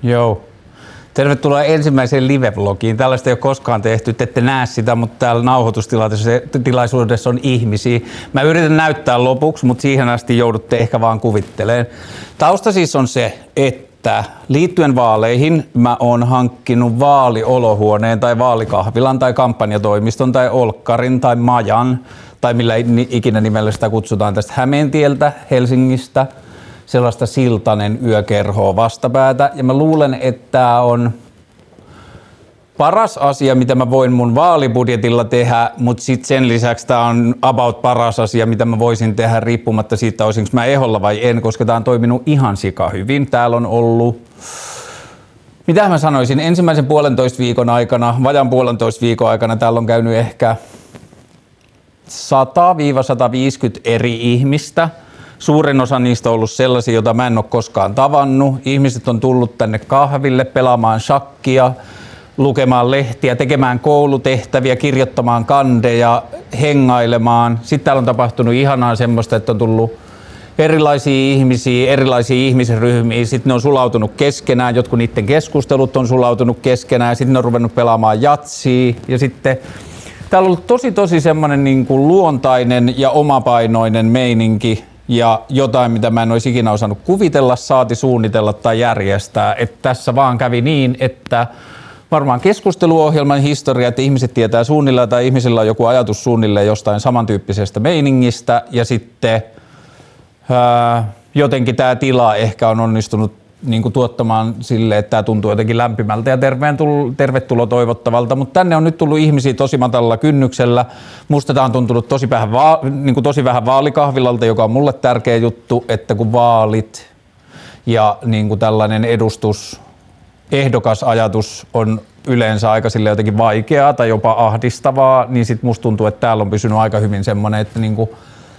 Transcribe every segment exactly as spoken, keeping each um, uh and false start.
Joo. Tervetuloa ensimmäiseen live-vlogiin. Tällaista ei ole koskaan tehty, te ette näe sitä, mutta täällä nauhoitustilaisuudessa on ihmisiä. Mä yritän näyttää lopuksi, mutta siihen asti joudutte ehkä vaan kuvitteleen. Tausta siis on se, että liittyen vaaleihin mä oon hankkinut vaaliolohuoneen tai vaalikahvilan tai kampanjatoimiston tai olkkarin tai majan tai millä ikinä nimellä sitä kutsutaan tästä Hämeentieltä Helsingistä. Sellaista Siltanen yökerhoa vastapäätä. Ja mä luulen, että tää on paras asia, mitä mä voin mun vaalibudjetilla tehdä, mutta sitten sen lisäksi tää on about paras asia, mitä mä voisin tehdä riippumatta siitä, olisinko mä eholla vai en, koska tää on toiminut ihan sika hyvin. Täällä on ollut, mitä mä sanoisin, ensimmäisen puolentoista viikon aikana, vajan puolentoista viikon aikana täällä on käynyt ehkä sata sata viisikymmentä eri ihmistä. Suurin osa niistä on ollut sellaisia, joita mä en ole koskaan tavannut. Ihmiset on tullut tänne kahville pelaamaan shakkia, lukemaan lehtiä, tekemään koulutehtäviä, kirjoittamaan kandeja, hengailemaan. Sitten täällä on tapahtunut ihanaa semmoista, että on tullut erilaisia ihmisiä, erilaisia ihmisryhmiä. Sitten ne on sulautunut keskenään, jotkut niiden keskustelut on sulautunut keskenään. Sitten ne on ruvennut pelaamaan jatsia ja sitten täällä on ollut tosi tosi semmoinen niin kuin luontainen ja omapainoinen meininki. Ja jotain, mitä mä en olisi ikinä osannut kuvitella, saati suunnitella tai järjestää. Että tässä vaan kävi niin, että varmaan keskusteluohjelman historia, että ihmiset tietää suunnilleen tai ihmisillä on joku ajatus suunnilleen jostain samantyyppisestä meiningistä. Ja sitten ää, jotenkin tämä tila ehkä on onnistunut niin kuin tuottamaan silleen, että tämä tuntuu jotenkin lämpimältä ja tervetulo toivottavalta, mutta tänne on nyt tullut ihmisiä tosi matalalla kynnyksellä. Musta tämä on tuntunut tosi vähän, va- niin kuin tosi vähän vaalikahvilalta, joka on mulle tärkeä juttu, että kun vaalit ja niin kuin tällainen edustus, ehdokasajatus on yleensä aika sille jotenkin vaikeaa tai jopa ahdistavaa, niin sit musta tuntuu, että täällä on pysynyt aika hyvin semmoinen, että niin kuin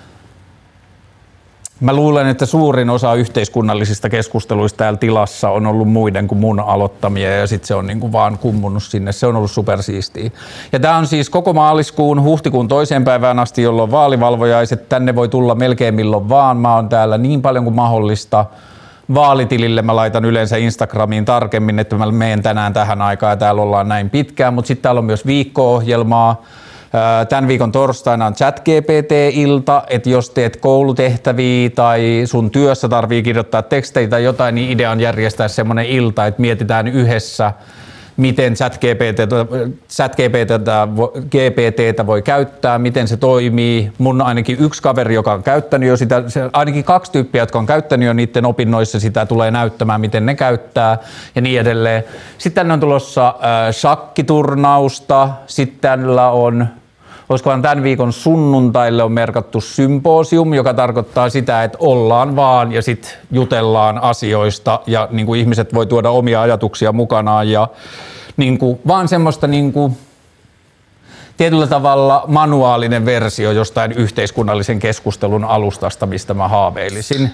mä luulen, että suurin osa yhteiskunnallisista keskusteluista täällä tilassa on ollut muiden kuin mun aloittamia ja sitten se on niinku vaan kummunut sinne. Se on ollut supersiistiä. Ja tää on siis koko maaliskuun, huhtikuun toiseen päivään asti, jolloin vaalivalvojaiset. Tänne voi tulla melkein milloin vaan. Mä oon täällä niin paljon kuin mahdollista. Vaalitilille mä laitan yleensä Instagramiin tarkemmin, että mä menen tänään tähän aikaan ja täällä ollaan näin pitkään. Mutta sitten täällä on myös viikko-ohjelmaa. Tämän viikon torstaina on ChatGPT-ilta, että jos teet koulutehtäviä tai sun työssä tarvii kirjoittaa tekstejä tai jotain, niin idea on järjestää semmoinen ilta, että mietitään yhdessä, miten ChatGPTtä, ChatGPTtä G P T:tä voi käyttää, miten se toimii. Mun ainakin yksi kaveri, joka on käyttänyt jo sitä, ainakin kaksi tyyppiä, jotka on käyttänyt jo niiden opinnoissa sitä, tulee näyttämään, miten ne käyttää ja niin edelleen. Sitten tänne on tulossa äh, shakkiturnausta, sitten täällä on olisikohan tämän viikon sunnuntaille on merkattu symposium, joka tarkoittaa sitä, että ollaan vaan ja sitten jutellaan asioista ja niin kuin ihmiset voi tuoda omia ajatuksia mukanaan ja niin kuin, vaan semmoista niin kuin, tietyllä tavalla manuaalinen versio jostain yhteiskunnallisen keskustelun alustasta, mistä mä haaveilisin.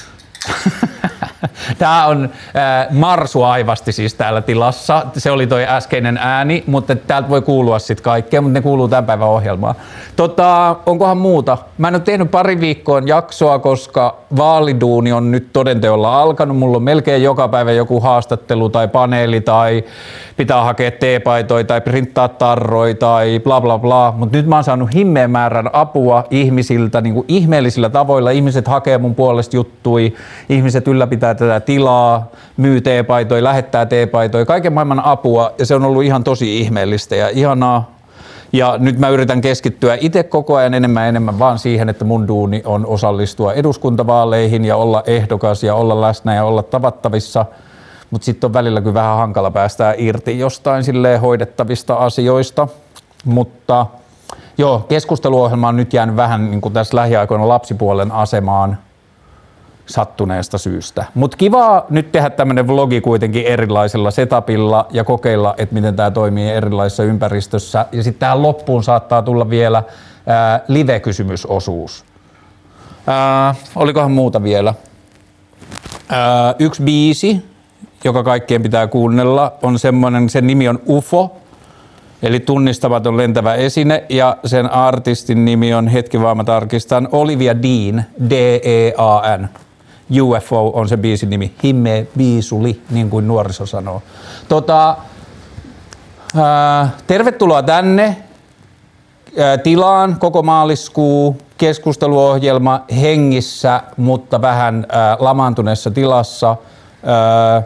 Tää on äh, Marsu aivasti siis täällä tilassa. Se oli toi äskeinen ääni, mutta täältä voi kuulua sit kaikkea, mutta ne kuuluu tämän päivän ohjelmaan. Tota, onkohan muuta? Mä en ole tehnyt pari viikkoon jaksoa, koska vaaliduuni on nyt todenteolla alkanut. Mulla on melkein joka päivä joku haastattelu tai paneeli tai pitää hakea teepaitoja tai printtaa tarroja tai bla bla bla. Mutta nyt mä oon saanut himmeen määrän apua ihmisiltä niin kuin ihmeellisillä tavoilla. Ihmiset hakee mun puolesta juttui, ihmiset ylläpitää tätä tilaa, myy teepaitoja, lähettää teepaitoja, kaiken maailman apua ja se on ollut ihan tosi ihmeellistä ja ihanaa. Ja nyt mä yritän keskittyä itse koko ajan enemmän ja enemmän vaan siihen, että mun duuni on osallistua eduskuntavaaleihin ja olla ehdokas ja olla läsnä ja olla tavattavissa. Mutta sitten on välillä kyllä vähän hankala päästää irti jostain silleen hoidettavista asioista. Mutta joo, keskusteluohjelma on nyt jäänyt vähän niin kuin tässä lähiaikoina lapsipuolen asemaan sattuneesta syystä. Mutta kiva nyt tehdä tämmönen vlogi kuitenkin erilaisella setupilla ja kokeilla, että miten tämä toimii erilaisessa ympäristössä. Ja sitten tähän loppuun saattaa tulla vielä ää, live-kysymysosuus. Ää, olikohan muuta vielä? Ää, yksi biisi, joka kaikkien pitää kuunnella, on semmoinen, sen nimi on U F O, eli tunnistamaton lentävä esine, ja sen artistin nimi on, hetki vaan mä tarkistan, Olivia Dean, D E A N. U F O on se biisin nimi, Himme Viisuli, niin kuin nuoriso sanoo. Tota, ää, tervetuloa tänne ää, tilaan, koko maaliskuu, keskusteluohjelma hengissä, mutta vähän ää, lamaantuneessa tilassa. Ää,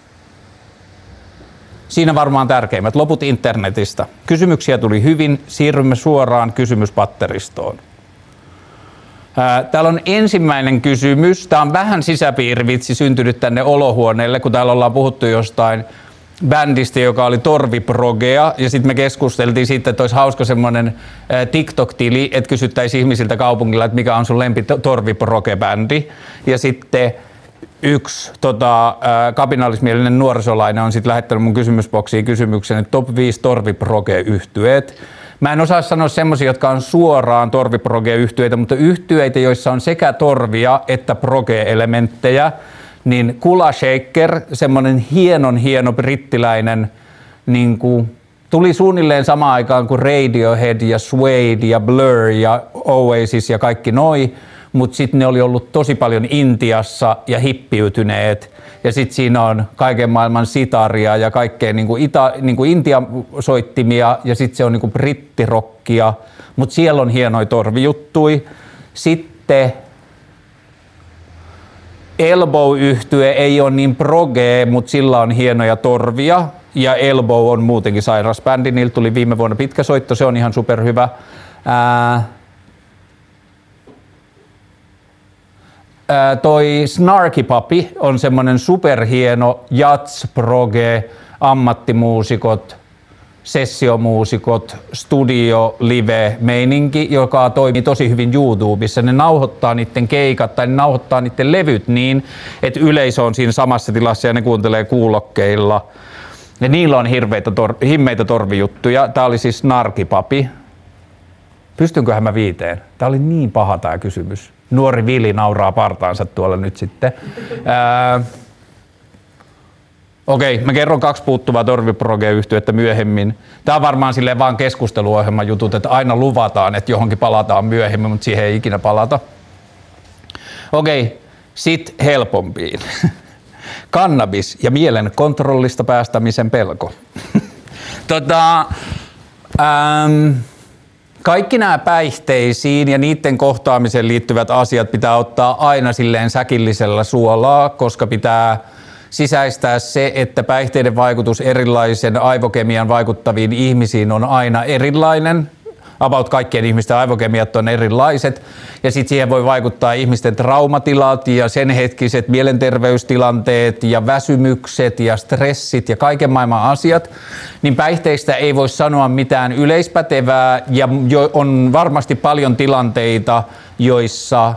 Siinä varmaan tärkeimmät. Loput internetistä. Kysymyksiä tuli hyvin. Siirrymme suoraan kysymyspatteristoon. Täällä on ensimmäinen kysymys. Tämä on vähän sisäpiirivitsi syntynyt tänne olohuoneelle, kun täällä ollaan puhuttu jostain bändistä, joka oli Torviprogea. Ja sitten me keskusteltiin siitä, että olisi hauska semmoinen TikTok-tili, että kysyttäisiin ihmisiltä kaupungilla, että mikä on sun lempi Torviproge-bändi. Ja sitten yksi tota, kapinallismielinen nuorisolainen on sitten lähettänyt mun kysymysboksiin kysymyksen, että top viisi Torviproge-yhtyeet. Mä en osaa sanoa semmosia, jotka on suoraan Torviproge-yhtyeitä, mutta yhtyeitä, joissa on sekä torvia että proge-elementtejä, niin Kula Shaker, semmonen hienon hieno brittiläinen, niin kuin, tuli suunnilleen samaan aikaan kuin Radiohead ja Suede ja Blur ja Oasis ja kaikki noi, mutta sitten ne oli ollut tosi paljon Intiassa ja hippiytyneet. Ja sitten siinä on kaiken maailman sitaria ja kaikkea niinku ita, niinku Intia-soittimia ja sitten se on niinku brittirokkia, mutta siellä on hienoja torvijuttui. Sitten Elbow-yhtye ei ole niin proge, mutta sillä on hienoja torvia. Ja Elbow on muutenkin sairas bändi, niiltä tuli viime vuonna pitkä soitto, se on ihan superhyvä. Ää, ää, toi Snarky Puppy on semmonen superhieno jazz, proge, ammattimuusikot, sessiomuusikot, studio, live meininki, joka toimii tosi hyvin YouTubessa. Ne nauhoittaa niiden keikat tai ne nauhoittaa niiden levyt niin, että yleisö on siinä samassa tilassa ja ne kuuntelee kuulokkeilla. Ja niillä on hirveitä tor- himmeitä torvijuttuja. Tää oli siis Snarky Puppy. Pystynköhän mä viiteen? Tää oli niin paha tää kysymys. Nuori Vili nauraa partaansa tuolla nyt sitten. Ää, Okei, mä kerron kaksi puuttuvaa Torviproge-yhtyettä myöhemmin. Tää on varmaan silleen vaan keskusteluohjelman jutut, että aina luvataan, että johonkin palataan myöhemmin, mutta siihen ei ikinä palata. Okei, sit helpompiin. Kannabis ja mielen kontrollista päästämisen pelko. tota, ähm, kaikki nämä päihteisiin ja niiden kohtaamiseen liittyvät asiat pitää ottaa aina silleen säkillisellä suolaa, koska pitää sisäistää se, että päihteiden vaikutus erilaisen aivokemian vaikuttaviin ihmisiin on aina erilainen. About kaikkien ihmisten aivokemiat on erilaiset ja sitten siihen voi vaikuttaa ihmisten traumatilat ja sen hetkiset mielenterveystilanteet ja väsymykset ja stressit ja kaiken maailman asiat. Niin päihteistä ei voi sanoa mitään yleispätevää ja on varmasti paljon tilanteita, joissa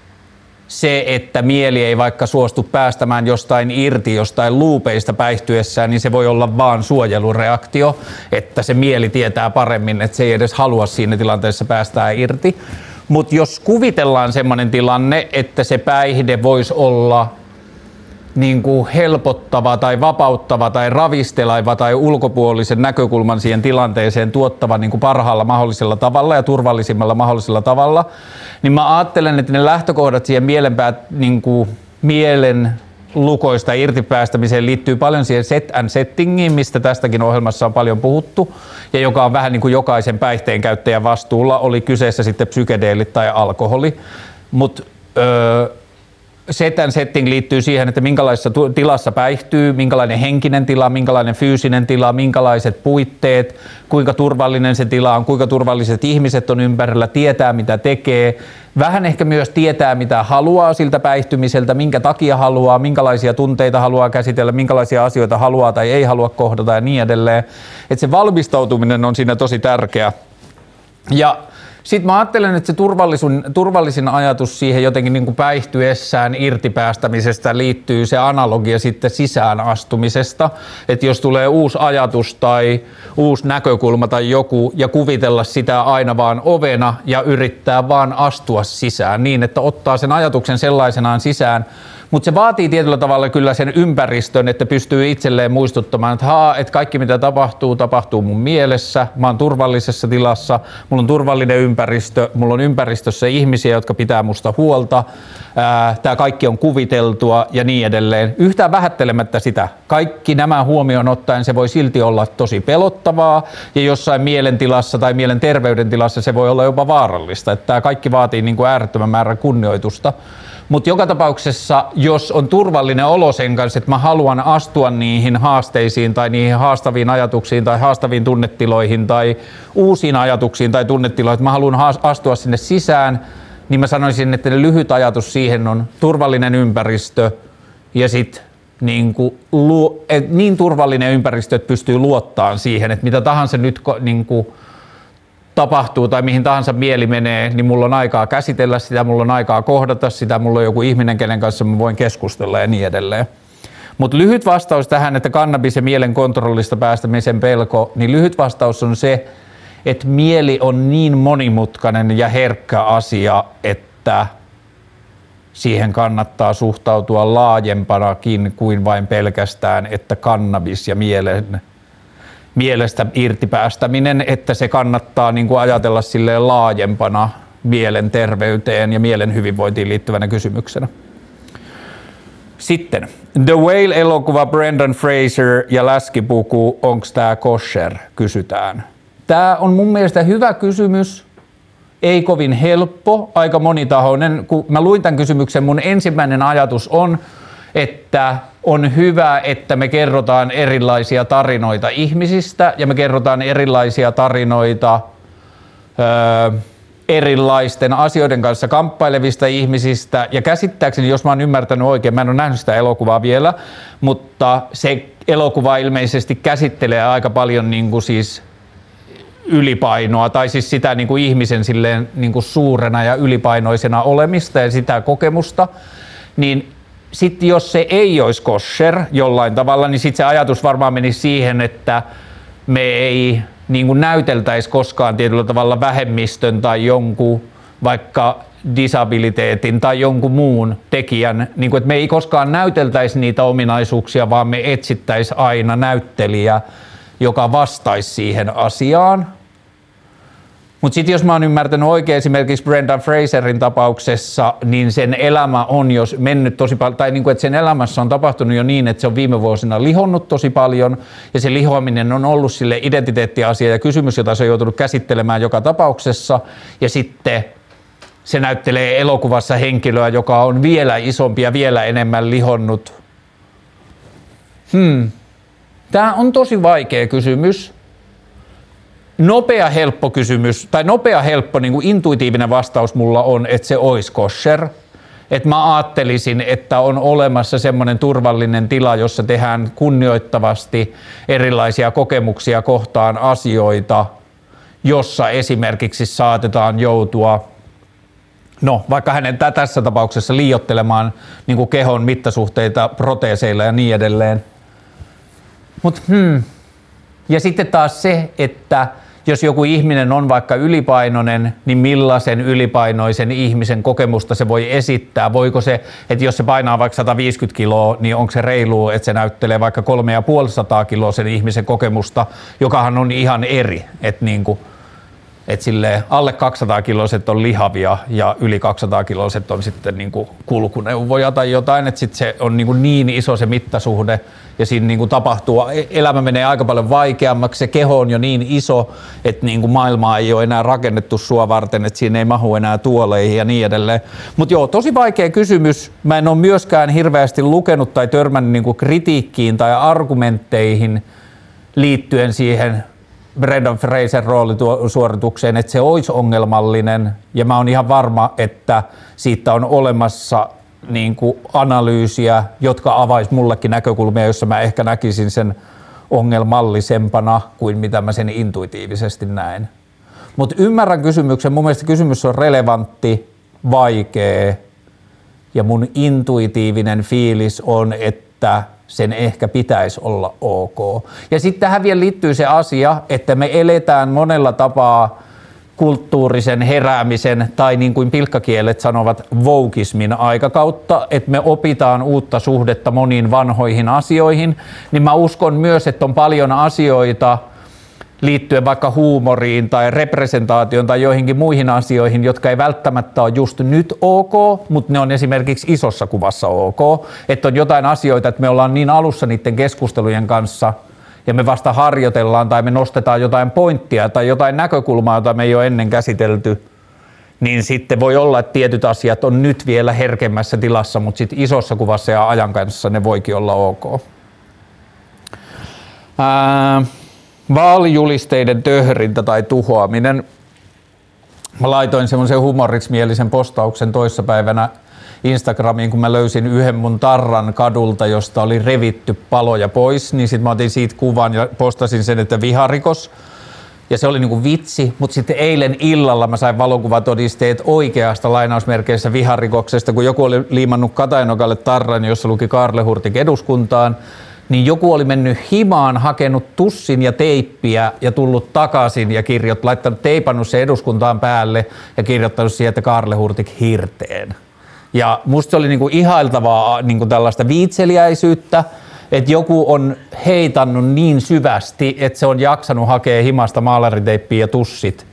se, että mieli ei vaikka suostu päästämään jostain irti, jostain luupeista päihtyessään, niin se voi olla vaan suojelureaktio, että se mieli tietää paremmin, että se ei edes halua siinä tilanteessa päästää irti. Mutta jos kuvitellaan semmoinen tilanne, että se päihde voisi olla niin kuin helpottava tai vapauttava tai ravisteleva tai ulkopuolisen näkökulman siihen tilanteeseen tuottava niin kuin parhaalla mahdollisella tavalla ja turvallisimmalla mahdollisella tavalla, niin mä ajattelen, että ne lähtökohdat siihen mielenpää, niin kuin mielen lukoista irtipäästämiseen liittyy paljon siihen set and settingiin, mistä tästäkin ohjelmassa on paljon puhuttu ja joka on vähän niin kuin jokaisen päihteen käyttäjän vastuulla, oli kyseessä sitten psykedeelit tai alkoholi. Mut, öö, set and setting liittyy siihen, että minkälaisessa tilassa päihtyy, minkälainen henkinen tila, minkälainen fyysinen tila, minkälaiset puitteet, kuinka turvallinen se tila on, kuinka turvalliset ihmiset on ympärillä, tietää mitä tekee, vähän ehkä myös tietää mitä haluaa siltä päihtymiseltä, minkä takia haluaa, minkälaisia tunteita haluaa käsitellä, minkälaisia asioita haluaa tai ei halua kohdata ja niin edelleen. Että se valmistautuminen on siinä tosi tärkeä. Ja sitten mä ajattelen, että se turvallisin, turvallisin ajatus siihen jotenkin niin kuin päihtyessään irtipäästämisestä liittyy se analogia sitten sisään astumisesta. Että jos tulee uusi ajatus tai uusi näkökulma tai joku ja kuvitella sitä aina vaan ovena ja yrittää vaan astua sisään niin, että ottaa sen ajatuksen sellaisenaan sisään, Mutta se vaatii tietyllä tavalla kyllä sen ympäristön, että pystyy itselleen muistuttamaan, että, haa, että kaikki mitä tapahtuu, tapahtuu mun mielessä, mä oon turvallisessa tilassa, mulla on turvallinen ympäristö, mulla on ympäristössä ihmisiä, jotka pitää musta huolta, tämä kaikki on kuviteltua ja niin edelleen. Yhtään vähättelemättä sitä. Kaikki nämä huomioon ottaen se voi silti olla tosi pelottavaa ja jossain mielentilassa tai mielenterveydentilassa se voi olla jopa vaarallista. Että tämä kaikki vaatii niin kuin äärettömän määrän kunnioitusta. Mutta joka tapauksessa, jos on turvallinen olo sen kanssa, että mä haluan astua niihin haasteisiin tai niihin haastaviin ajatuksiin tai haastaviin tunnetiloihin tai uusiin ajatuksiin tai tunnetiloihin, että mä haluan astua sinne sisään, niin mä sanoisin, että lyhyt ajatus siihen on turvallinen ympäristö ja sitten niin, niin turvallinen ympäristö, että pystyy luottamaan siihen, että mitä tahansa nyt niin kuin tapahtuu tai mihin tahansa mieli menee, niin mulla on aikaa käsitellä sitä, mulla on aikaa kohdata sitä, mulla on joku ihminen, kenen kanssa mä voin keskustella ja niin edelleen. Mutta lyhyt vastaus tähän, että kannabis ja mielen kontrollista päästämisen pelko, niin lyhyt vastaus on se, että mieli on niin monimutkainen ja herkkä asia, että siihen kannattaa suhtautua laajempanakin kuin vain pelkästään, että kannabis ja mielen mielestä irtipäästäminen, että se kannattaa niin kuin ajatella silleen laajempana mielenterveyteen ja mielen hyvinvointiin liittyvänä kysymyksenä. Sitten The Whale-elokuva, Brendan Fraser ja läskipuku, onko tämä kosher, kysytään. Tämä on mun mielestä hyvä kysymys, ei kovin helppo, aika monitahoinen. Kun mä luin tämän kysymyksen, mun ensimmäinen ajatus on, että on hyvä, että me kerrotaan erilaisia tarinoita ihmisistä ja me kerrotaan erilaisia tarinoita öö, erilaisten asioiden kanssa kamppailevista ihmisistä. Ja käsittääkseni, jos mä oon ymmärtänyt oikein, mä en ole nähnyt sitä elokuvaa vielä, mutta se elokuva ilmeisesti käsittelee aika paljon niin kuin siis ylipainoa tai siis sitä niin kuin ihmisen silleen niin kuin suurena ja ylipainoisena olemista ja sitä kokemusta, niin sitten jos se ei olisi kosher jollain tavalla, niin sitten se ajatus varmaan meni siihen, että me ei niin kuin näyteltäisi koskaan tietyllä tavalla vähemmistön tai jonkun vaikka disabiliteetin tai jonkun muun tekijän, niin kuin, että me ei koskaan näyteltäisi niitä ominaisuuksia, vaan me etsittäisi aina näyttelijä, joka vastaisi siihen asiaan. Mutta sitten jos mä oon ymmärtänyt oikein esimerkiksi Brendan Fraserin tapauksessa, niin sen elämä on jo mennyt tosi paljon, tai niin kuin, että sen elämässä on tapahtunut jo niin, että se on viime vuosina lihonnut tosi paljon, ja se lihoaminen on ollut sille identiteettiasia ja kysymys, jota se on joutunut käsittelemään joka tapauksessa, ja sitten se näyttelee elokuvassa henkilöä, joka on vielä isompi ja vielä enemmän lihonnut. Hmm. Tämä on tosi vaikea kysymys. Nopea helppo kysymys, tai nopea helppo niin kuin intuitiivinen vastaus mulla on, että se olisi kosher. Että mä ajattelisin, että on olemassa semmoinen turvallinen tila, jossa tehdään kunnioittavasti erilaisia kokemuksia kohtaan asioita, jossa esimerkiksi saatetaan joutua, no vaikka hänen tässä tapauksessa liioittelemaan niin kuin kehon mittasuhteita proteeseilla ja niin edelleen. Mut, hmm. Ja sitten taas se, että jos joku ihminen on vaikka ylipainoinen, niin millaisen ylipainoisen ihmisen kokemusta se voi esittää? Voiko se, että jos se painaa vaikka sata viisikymmentä kiloa, niin onko se reilu, että se näyttelee vaikka kolme ja puoli sataa kiloa sen ihmisen kokemusta, jokahan on ihan eri. Että niinku, et silleen alle kaksisataa kiloiset on lihavia ja yli kaksisataa kiloiset on sitten niinku kulkuneuvoja tai jotain, että sitten se on niinku niin iso se mittasuhde ja siinä niinku tapahtuu, elämä menee aika paljon vaikeammaksi, se keho on jo niin iso, että niinku maailmaa ei ole enää rakennettu sua varten, että siinä ei mahu enää tuoleihin ja niin edelleen. Mutta joo, tosi vaikea kysymys. Mä en ole myöskään hirveästi lukenut tai törmännyt niinku kritiikkiin tai argumentteihin liittyen siihen Brendan Fraser roolisuoritukseen, että se olisi ongelmallinen, ja mä oon ihan varma, että siitä on olemassa niin kuin analyysiä, jotka avaisi mullekin näkökulmia, joissa mä ehkä näkisin sen ongelmallisempana kuin mitä mä sen intuitiivisesti näen. Mutta ymmärrän kysymyksen, mun mielestä kysymys on relevantti, vaikea, ja mun intuitiivinen fiilis on, että sen ehkä pitäisi olla ok. Ja sitten tähän vielä liittyy se asia, että me eletään monella tapaa kulttuurisen heräämisen tai niin kuin pilkkakielet sanovat wokeismin aikakautta, että me opitaan uutta suhdetta moniin vanhoihin asioihin, niin mä uskon myös, että on paljon asioita liittyen vaikka huumoriin tai representaatioon tai joihinkin muihin asioihin, jotka ei välttämättä ole just nyt ok, mutta ne on esimerkiksi isossa kuvassa ok. Että on jotain asioita, että me ollaan niin alussa niiden keskustelujen kanssa ja me vasta harjoitellaan tai me nostetaan jotain pointtia tai jotain näkökulmaa, jota me ei ole ennen käsitelty, niin sitten voi olla, että tietyt asiat on nyt vielä herkemmässä tilassa, mutta sitten isossa kuvassa ja ajan kanssa ne voikin olla ok. Ää... Vaalijulisteiden töhrintä tai tuhoaminen. Mä laitoin semmoisen humorismielisen postauksen toissapäivänä Instagramiin, kun mä löysin yhden mun tarran kadulta, josta oli revitty paloja pois, niin sit mä otin siitä kuvan ja postasin sen, että viharikos. Ja se oli niinku vitsi, mutta sitten eilen illalla mä sain valokuvatodisteet oikeasta lainausmerkeissä viharikoksesta, kun joku oli liimannut Katainokalle tarran, jossa luki Kaarle Hurtig eduskuntaan, niin joku oli mennyt himaan, hakenut tussin ja teippiä ja tullut takaisin ja kirjoittanut, laittanut, teipannut se eduskuntaan päälle ja kirjoittanut siihen, että Kaarle Hurtig hirteen. Ja musta se oli niinku ihailtavaa niinku tällaista viitseliäisyyttä, että joku on heitannut niin syvästi, että se on jaksanut hakea himasta maalariteippiä ja tussit.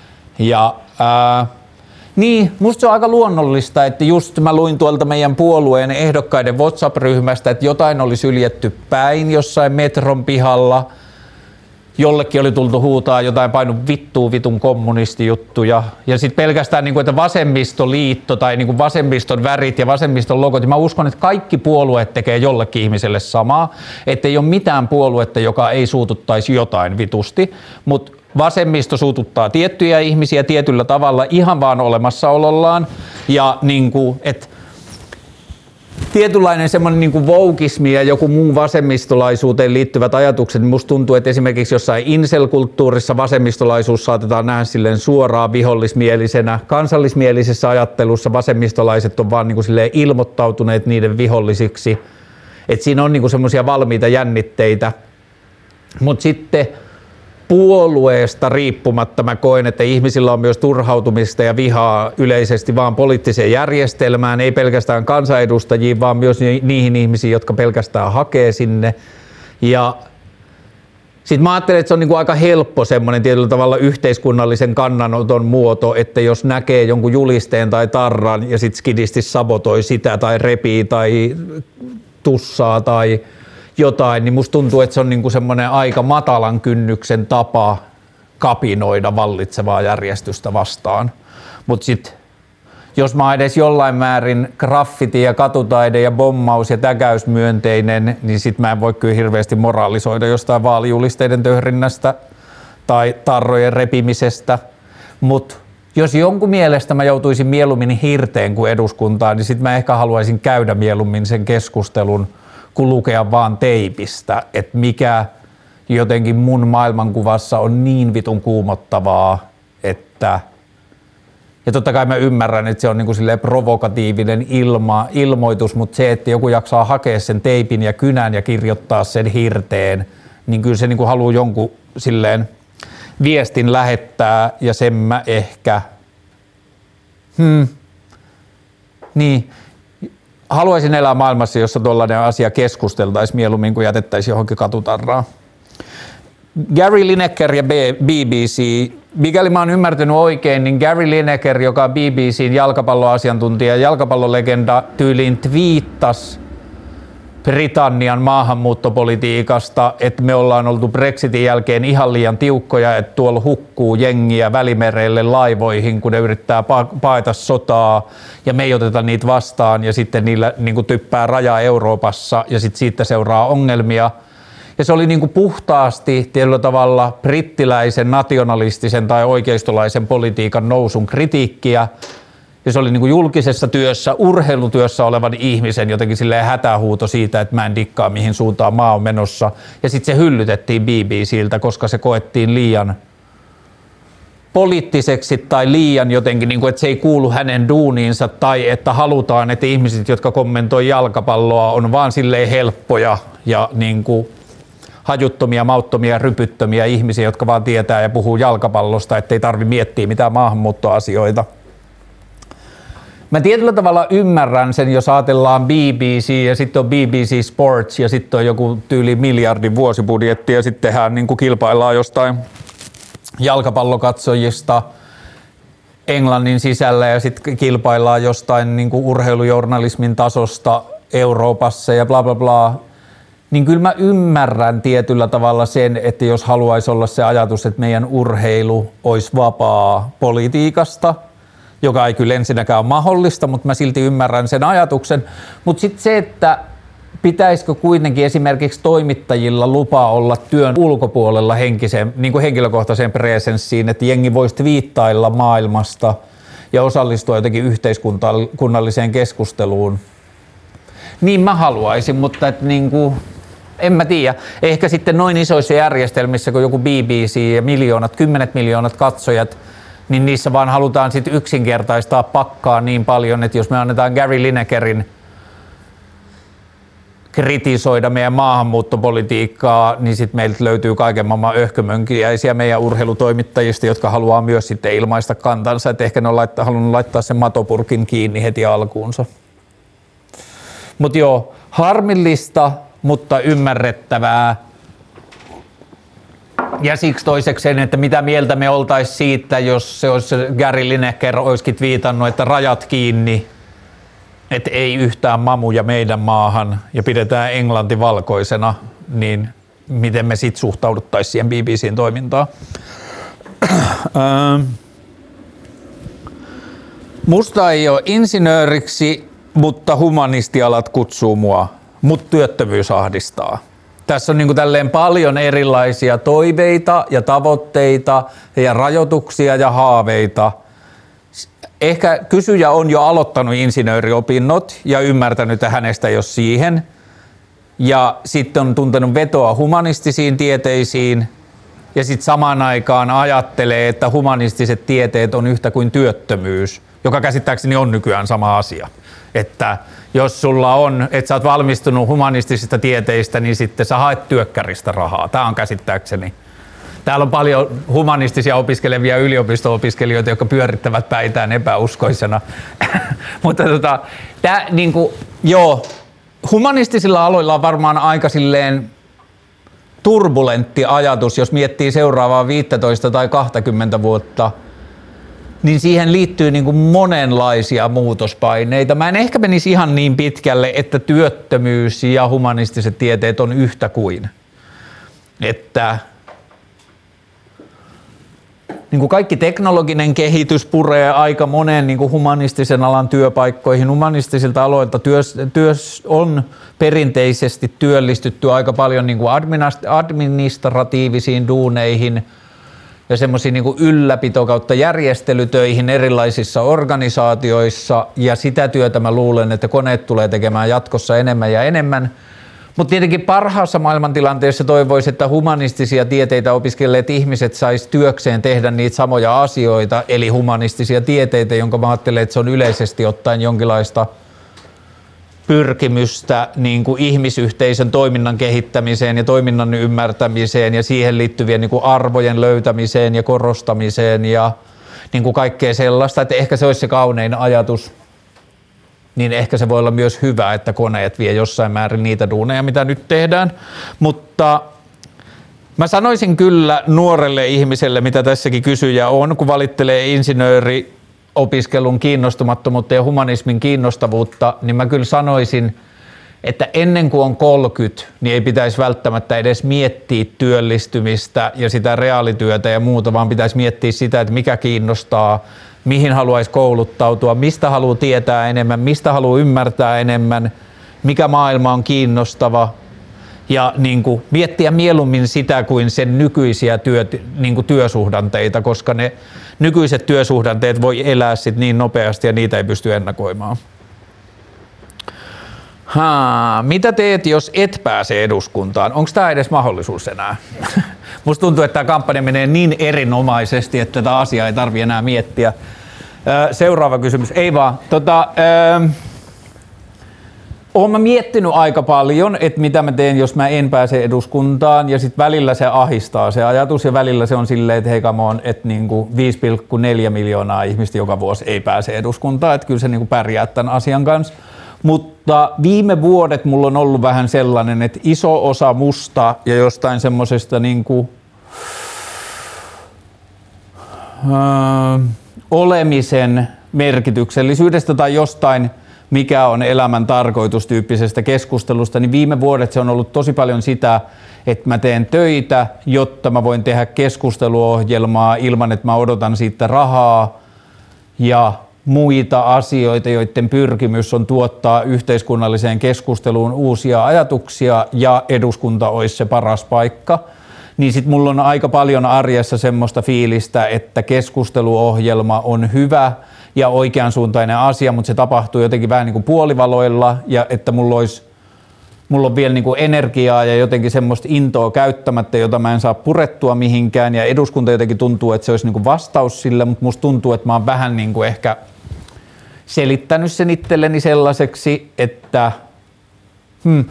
Ja ää, niin, musta se on aika luonnollista, että just mä luin tuolta meidän puolueen ehdokkaiden WhatsApp-ryhmästä, että jotain oli syljetty päin jossain metron pihalla. Jollekin oli tultu huutaa jotain painun vittuu vitun kommunistijuttuja. Ja sitten pelkästään, niin kuin, että vasemmistoliitto tai niin kuin vasemmiston värit ja vasemmiston logot. Ja mä uskon, että kaikki puolueet tekee jollekin ihmiselle samaa. Että ei ole mitään puoluetta, joka ei suututtaisi jotain vitusti. Mutta vasemmisto suututtaa tiettyjä ihmisiä tietyllä tavalla ihan vaan olemassaolollaan. Ja niin kuin, että tietynlainen semmoinen niin kuin wokeismi ja joku muu vasemmistolaisuuteen liittyvät ajatukset, niin musta tuntuu, että esimerkiksi jossain incel-kulttuurissa vasemmistolaisuus saatetaan nähdä silleen suoraan vihollismielisenä. Kansallismielisessä ajattelussa vasemmistolaiset on vaan niin kuin silleen ilmoittautuneet niiden vihollisiksi. Että siinä on niin kuin semmoisia valmiita jännitteitä. Mutta sitten puolueesta riippumatta mä koen, että ihmisillä on myös turhautumista ja vihaa yleisesti vaan poliittiseen järjestelmään, ei pelkästään kansanedustajiin, vaan myös niihin ihmisiin, jotka pelkästään hakee sinne. Ja sitten mä ajattelen, että se on niinku aika helppo semmoinen tietyllä tavalla yhteiskunnallisen kannanoton muoto, että jos näkee jonkun julisteen tai tarran ja sitten skidisti sabotoi sitä tai repii tai tussaa tai jotain, niin musta tuntuu, että se on niinku semmoinen aika matalan kynnyksen tapa kapinoida vallitsevaa järjestystä vastaan. Mutta sitten jos mä oon edes jollain määrin graffiti ja katutaide ja bommaus ja täkäysmyönteinen, niin sit mä en voi kyllä hirveästi moraalisoida jostain vaalijulisteiden töhrinnästä tai tarrojen repimisestä. Mut jos jonkun mielestä mä joutuisin mieluummin hirteen kuin eduskuntaan, niin sit mä ehkä haluaisin käydä mieluummin sen keskustelun kuin lukea vaan teipistä, että mikä jotenkin mun maailmankuvassa on niin vitun kuumottavaa, että ja totta kai mä ymmärrän, että se on niinku silleen provokatiivinen ilma, ilmoitus, mutta se, että joku jaksaa hakea sen teipin ja kynän ja kirjoittaa sen hirteen, niin kyllä se niinku haluaa jonkun silleen viestin lähettää ja sen mä ehkä hmm, niin haluaisin elää maailmassa, jossa tuollainen asia keskusteltaisiin mieluummin kuin jätettäisiin johonkin katutarraan. Gary Lineker ja B B C. Mikäli mä oon ymmärtänyt oikein, niin Gary Lineker, joka on B B C:n jalkapalloasiantuntija ja jalkapallolegenda, tyyliin twiittasi Britannian maahanmuuttopolitiikasta, että me ollaan oltu Brexitin jälkeen ihan liian tiukkoja, että tuolla hukkuu jengiä Välimerelle laivoihin, kun ne yrittää paeta sotaa ja me ei oteta niitä vastaan ja sitten niillä niin kuin typpää rajaa Euroopassa ja sitten siitä seuraa ongelmia. Ja se oli niin kuin puhtaasti tietyllä tavalla brittiläisen, nationalistisen tai oikeistolaisen politiikan nousun kritiikkiä. Ja se oli niin kuin julkisessa työssä, urheilutyössä olevan ihmisen jotenkin silleen hätähuuto siitä, että mä en dikkaa mihin suuntaan maa on menossa. Ja sitten se hyllytettiin B B C:ltä, koska se koettiin liian poliittiseksi tai liian jotenkin, niin kuin, että se ei kuulu hänen duuniinsa tai että halutaan, että ihmiset, jotka kommentoi jalkapalloa, on vaan silleen helppoja ja niin kuin hajuttomia, mauttomia, rypyttömiä ihmisiä, jotka vaan tietää ja puhuu jalkapallosta, ettei tarvi miettiä mitään maahanmuuttoasioita. Mä tietyllä tavalla ymmärrän sen, jos ajatellaan B B C ja sitten on B B C Sports ja sitten on joku tyyli miljardin vuosibudjetti ja sitten tehdään niin kuin kilpaillaan jostain jalkapallokatsojista Englannin sisällä ja sitten kilpaillaan jostain niin kuin urheilujournalismin tasosta Euroopassa ja bla bla bla. Niin kyllä mä ymmärrän tietyllä tavalla sen, että jos haluaisi olla se ajatus, että meidän urheilu olisi vapaa politiikasta, joka ei kyllä ensinnäkään ole mahdollista, mutta mä silti ymmärrän sen ajatuksen. Mutta sitten se, että pitäisikö kuitenkin esimerkiksi toimittajilla lupa olla työn ulkopuolella henkiseen, niin kuin henkilökohtaiseen presenssiin, että jengi voisi twiittailla maailmasta ja osallistua jotenkin yhteiskunnalliseen keskusteluun. Niin mä haluaisin, mutta et niin kuin, en mä tiedä. Ehkä sitten noin isoissa järjestelmissä kuin joku B B C ja miljoonat, kymmenet miljoonat katsojat, niin niissä vaan halutaan sit yksinkertaistaa pakkaa niin paljon, että jos me annetaan Gary Linekerin kritisoida meidän maahanmuuttopolitiikkaa, niin sitten meiltä löytyy kaiken maailman öhkömönkiäisiä meidän urheilutoimittajista, jotka haluaa myös sitten ilmaista kantansa, että ehkä ne on laittaa, halunnut laittaa sen matopurkin kiinni heti alkuunsa. Mutta joo, harmillista, mutta ymmärrettävää. Ja siksi toiseksi sen, että mitä mieltä me oltaisiin siitä, jos se olisi Gary Lineker olisikin viitannut, että rajat kiinni, että ei yhtään mamuja meidän maahan ja pidetään Englanti valkoisena, niin miten me sitten suhtauduttaisiin siihen B B C:n toimintaan. Musta ei ole insinööriksi, mutta humanistialat kutsuu mua, mut työttömyys ahdistaa. Tässä on niin kuin tälleen paljon erilaisia toiveita ja tavoitteita ja rajoituksia ja haaveita. Ehkä kysyjä on jo aloittanut insinööriopinnot ja ymmärtänyt, että hänestä ei ole siihen. Ja sitten on tuntenut vetoa humanistisiin tieteisiin ja sitten samaan aikaan ajattelee, että humanistiset tieteet on yhtä kuin työttömyys, joka käsittääkseni on nykyään sama asia. Että jos sulla on, että sä oot valmistunut humanistisista tieteistä, niin sitten sä haet työkkäristä rahaa. Tämä on käsittääkseni. Täällä on paljon humanistisia opiskelevia yliopisto-opiskelijoita, jotka pyörittävät päitään epäuskoisena. Mutta tota, tää, niinku, joo, humanistisilla aloilla on varmaan aika silleen turbulentti ajatus, jos miettii seuraavaa viisitoista tai kaksikymmentä vuotta, niin siihen liittyy niin kuin monenlaisia muutospaineita. Mä en ehkä menisi ihan niin pitkälle, että työttömyys ja humanistiset tieteet on yhtä kuin. Että niin kuin kaikki teknologinen kehitys puree aika monen niin kuin humanistisen alan työpaikkoihin. Humanistisilta aloilta työs, työs on perinteisesti työllistytty aika paljon niin kuin administratiivisiin duuneihin ja semmoisiin niin kuin ylläpito kautta järjestelytöihin erilaisissa organisaatioissa, ja sitä työtä mä luulen, että koneet tulee tekemään jatkossa enemmän ja enemmän. Mutta tietenkin parhaassa maailmantilanteessa toivoisi, että humanistisia tieteitä opiskelleet ihmiset sais työkseen tehdä niitä samoja asioita, eli humanistisia tieteitä, jonka mä ajattelen, että se on yleisesti ottaen jonkinlaista pyrkimystä niin kuin ihmisyhteisön toiminnan kehittämiseen ja toiminnan ymmärtämiseen ja siihen liittyvien niin kuin arvojen löytämiseen ja korostamiseen ja niin kuin kaikkea sellaista, että ehkä se olisi se kaunein ajatus. Niin ehkä se voi olla myös hyvä, että koneet vie jossain määrin niitä duuneja, mitä nyt tehdään. Mutta mä sanoisin kyllä nuorelle ihmiselle, mitä tässäkin kysyjä on, kun valittelee insinööriopiskelun kiinnostumattomuutta ja humanismin kiinnostavuutta, niin mä kyllä sanoisin, että ennen kuin on kolmekymmentä, niin ei pitäisi välttämättä edes miettiä työllistymistä ja sitä reaalityötä ja muuta, vaan pitäisi miettiä sitä, että mikä kiinnostaa, mihin haluaisi kouluttautua, mistä haluaa tietää enemmän, mistä haluaa ymmärtää enemmän, mikä maailma on kiinnostava, ja niin kuin miettiä mieluummin sitä kuin sen nykyisiä työ, niin kuin työsuhdanteita, koska ne nykyiset työsuhdanteet voi elää sit niin nopeasti ja niitä ei pysty ennakoimaan. Haa, mitä teet, jos et pääse eduskuntaan? Onko tämä edes mahdollisuus enää? Musta tuntuu, että tämä kampanja menee niin erinomaisesti, että tätä asiaa ei tarvitse enää miettiä. Seuraava kysymys. Ei vaan. Tota, Oon mä miettinyt aika paljon, että mitä mä teen, jos mä en pääse eduskuntaan, ja sitten välillä se ahistaa se ajatus, ja välillä se on silleen, että hei come on, että niinku viisi pilkku neljä miljoonaa ihmistä joka vuosi ei pääse eduskuntaan, että kyllä se niinku pärjää tämän asian kanssa. Mutta viime vuodet mulla on ollut vähän sellainen, että iso osa musta ja jostain semmosesta niinku, öö, olemisen merkityksellisyydestä tai jostain, mikä on elämän tarkoitus tyyppisestä keskustelusta, niin viime vuodet se on ollut tosi paljon sitä, että mä teen töitä, jotta mä voin tehdä keskusteluohjelmaa ilman, että mä odotan siitä rahaa ja muita asioita, joiden pyrkimys on tuottaa yhteiskunnalliseen keskusteluun uusia ajatuksia ja eduskunta olisi se paras paikka. Niin sit mulla on aika paljon arjessa semmoista fiilistä, että keskusteluohjelma on hyvä ja oikeansuuntainen asia, mutta se tapahtuu jotenkin vähän niin kuin puolivaloilla ja että mulla olisi mulla on vielä niin kuin energiaa ja jotenkin semmoista intoa käyttämättä, jota mä en saa purettua mihinkään ja eduskunta jotenkin tuntuu, että se olisi niin kuin vastaus sille, mutta musta tuntuu, että mä oon vähän niin kuin ehkä selittänyt sen itselleni sellaiseksi, että hmm,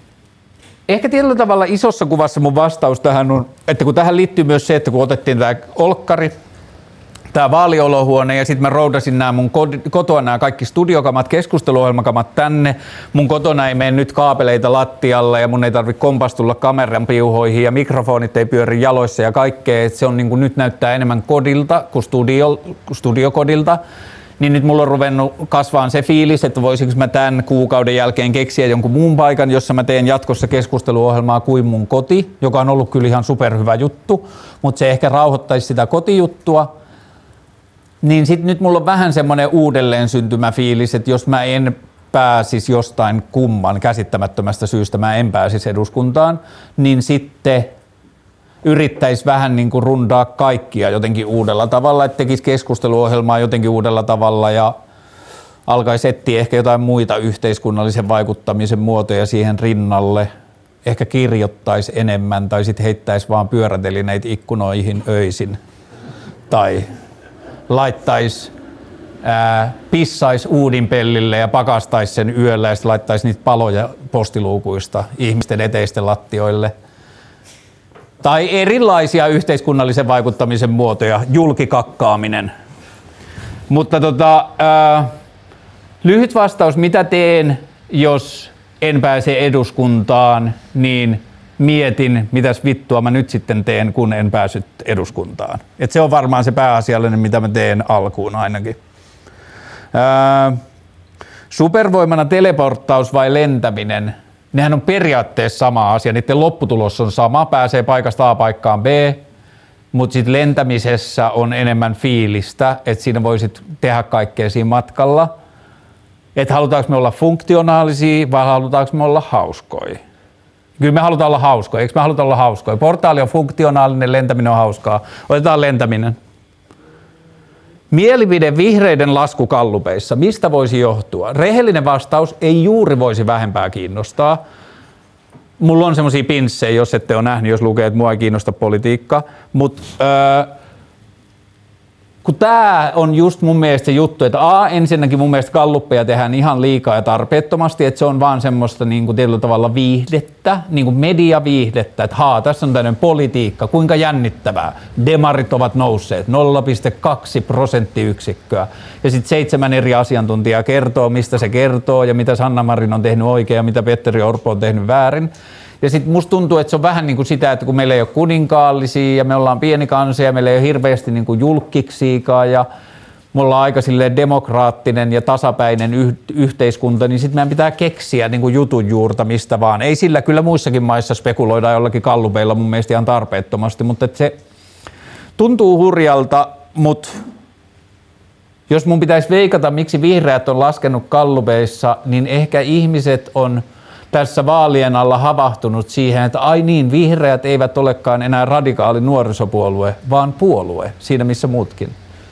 ehkä tietyllä tavalla isossa kuvassa mun vastaus tähän on, että kun tähän liittyy myös se, että kun otettiin tää olkkari, tää vaaliolohuone ja sitten mä roudasin nämä mun kotoa nämä kaikki studiokamat, keskusteluohjelmakamat tänne. Mun kotona ei mene nyt kaapeleita lattialle ja mun ei tarvitse kompastulla kameran piuhoihin ja mikrofonit ei pyöri jaloissa ja kaikkea. Et se on niin kuin nyt näyttää enemmän kodilta kuin studio, studiokodilta. Niin nyt mulla on ruvennut kasvaan se fiilis, että voisinko mä tämän kuukauden jälkeen keksiä jonkun muun paikan, jossa mä teen jatkossa keskusteluohjelmaa kuin mun koti, joka on ollut kyllä ihan superhyvä juttu, mutta se ehkä rauhoittaisi sitä kotijuttua. Niin sit nyt mulla on vähän semmoinen uudelleen syntymä fiilis, että jos mä en pääsis jostain kumman käsittämättömästä syystä, mä en pääsis eduskuntaan, niin sitten yrittäisi vähän niin kuin rundaa kaikkia jotenkin uudella tavalla, että tekisi keskusteluohjelmaa jotenkin uudella tavalla ja alkaisi etsiä ehkä jotain muita yhteiskunnallisen vaikuttamisen muotoja siihen rinnalle. Ehkä kirjoittaisi enemmän tai sitten heittäisi vaan pyörätelineitä ikkunoihin öisin tai laittaisi, ää, pissaisi uudinpellille ja pakastaisi sen yöllä ja sitten laittaisi niitä paloja postiluukuista ihmisten eteisten lattioille. Tai erilaisia yhteiskunnallisen vaikuttamisen muotoja, julkikakkaaminen. Mutta tota, ää, lyhyt vastaus, mitä teen, jos en pääse eduskuntaan, niin mietin, mitäs vittua mä nyt sitten teen, kun en päässyt eduskuntaan. Et se on varmaan se pääasiallinen, mitä mä teen alkuun ainakin. Ää, supervoimana teleporttaus vai lentäminen? Nehän on periaatteessa sama asia. Niiden lopputulos on sama, pääsee paikasta A paikkaan B, mutta sitten lentämisessä on enemmän fiilistä, että siinä voisit tehdä kaikkea siinä matkalla. Että halutaanko me olla funktionaalisia vai halutaanko me olla hauskoja? Kyllä me halutaan olla hauskoja, eikö me haluta olla hauskoja? Portaali on funktionaalinen, lentäminen on hauskaa. Otetaan lentäminen. Mielipide vihreiden lasku gallupeissa. Mistä voisi johtua? Rehellinen vastaus, ei juuri voisi vähempää kiinnostaa. Mulla on semmosia pinssejä, jos ette ole nähnyt, jos lukee, että mua ei kiinnosta politiikka. Mutta öö, kun tää on just mun mielestä se juttu, että a, ensinnäkin mun mielestä galluppeja tehdään ihan liikaa ja tarpeettomasti, että se on vaan semmoista niin kuin tietyllä tavalla viihdettä, niin kuin mediaviihdettä, että haa, tässä on tämmöinen politiikka, kuinka jännittävää. Demarit ovat nousseet nolla pilkku kaksi prosenttiyksikköä ja sitten seitsemän eri asiantuntijaa kertoo, mistä se kertoo ja mitä Sanna Marin on tehnyt oikein ja mitä Petteri Orpo on tehnyt väärin. Ja sitten musta tuntuu, että se on vähän niin kuin sitä, että kun meillä ei ole kuninkaallisia ja me ollaan pieni kansa ja meillä ei ole hirveästi niin kuin julkkiksiikaan ja me ollaan aika silleen demokraattinen ja tasapäinen yh- yhteiskunta, niin sitten meidän pitää keksiä niin kuin jutun juurta mistä vaan. Ei sillä, kyllä muissakin maissa spekuloidaan jollakin gallupeilla mun mielestä ihan tarpeettomasti, mutta että se tuntuu hurjalta, mutta jos mun pitäisi veikata, miksi vihreät on laskenut gallupeissa, niin ehkä ihmiset on tässä vaalien alla havahtunut siihen, että ai niin, vihreät eivät olekaan enää radikaali nuorisopuolue, vaan puolue, siinä missä muutkin.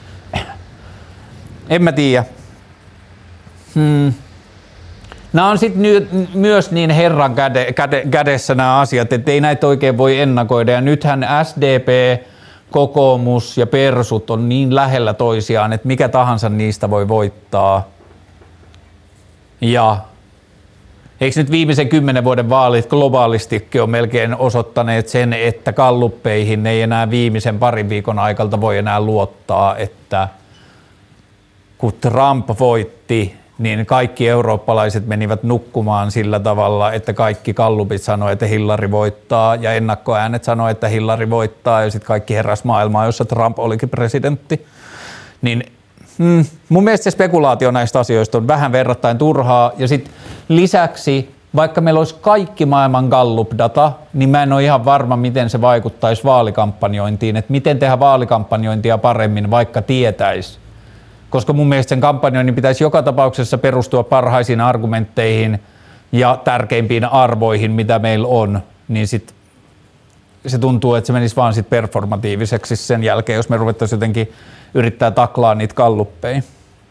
En mä tiedä. Hmm. Nämä on sitten myös niin herran käde, käde, kädessä nämä asiat, että ei näitä oikein voi ennakoida. Ja nythän S D P, kokoomus ja persut on niin lähellä toisiaan, että mikä tahansa niistä voi voittaa. Ja Eikö nyt viimeisen kymmenen vuoden vaalit globaalistikin on melkein osoittaneet sen, että galluppeihin ei enää viimeisen parin viikon aikalta voi enää luottaa, että kun Trump voitti, niin kaikki eurooppalaiset menivät nukkumaan sillä tavalla, että kaikki gallupit sanoi, että Hillary voittaa ja ennakkoäänet sanoi, että Hillary voittaa ja sitten kaikki heräs maailmaa, jossa Trump olikin presidentti. Niin mm, mun mielestä se spekulaatio näistä asioista on vähän verrattain turhaa ja sitten lisäksi vaikka meillä olisi kaikki maailman Gallup-data, niin mä en ole ihan varma, miten se vaikuttaisi vaalikampanjointiin, että miten tehdä vaalikampanjointia paremmin, vaikka tietäisi. Koska mun mielestä sen kampanjoinnin pitäisi joka tapauksessa perustua parhaisiin argumentteihin ja tärkeimpiin arvoihin, mitä meillä on, niin sit se tuntuu, että se menisi vaan sit performatiiviseksi sen jälkeen, jos me ruvettaisiin jotenkin yrittää taklaa niitä galluppeja.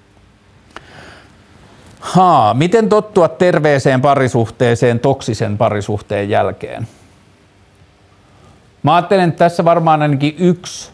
Haa, miten tottua terveeseen parisuhteeseen toksisen parisuhteen jälkeen? Mä ajattelen, että tässä varmaan ainakin yksi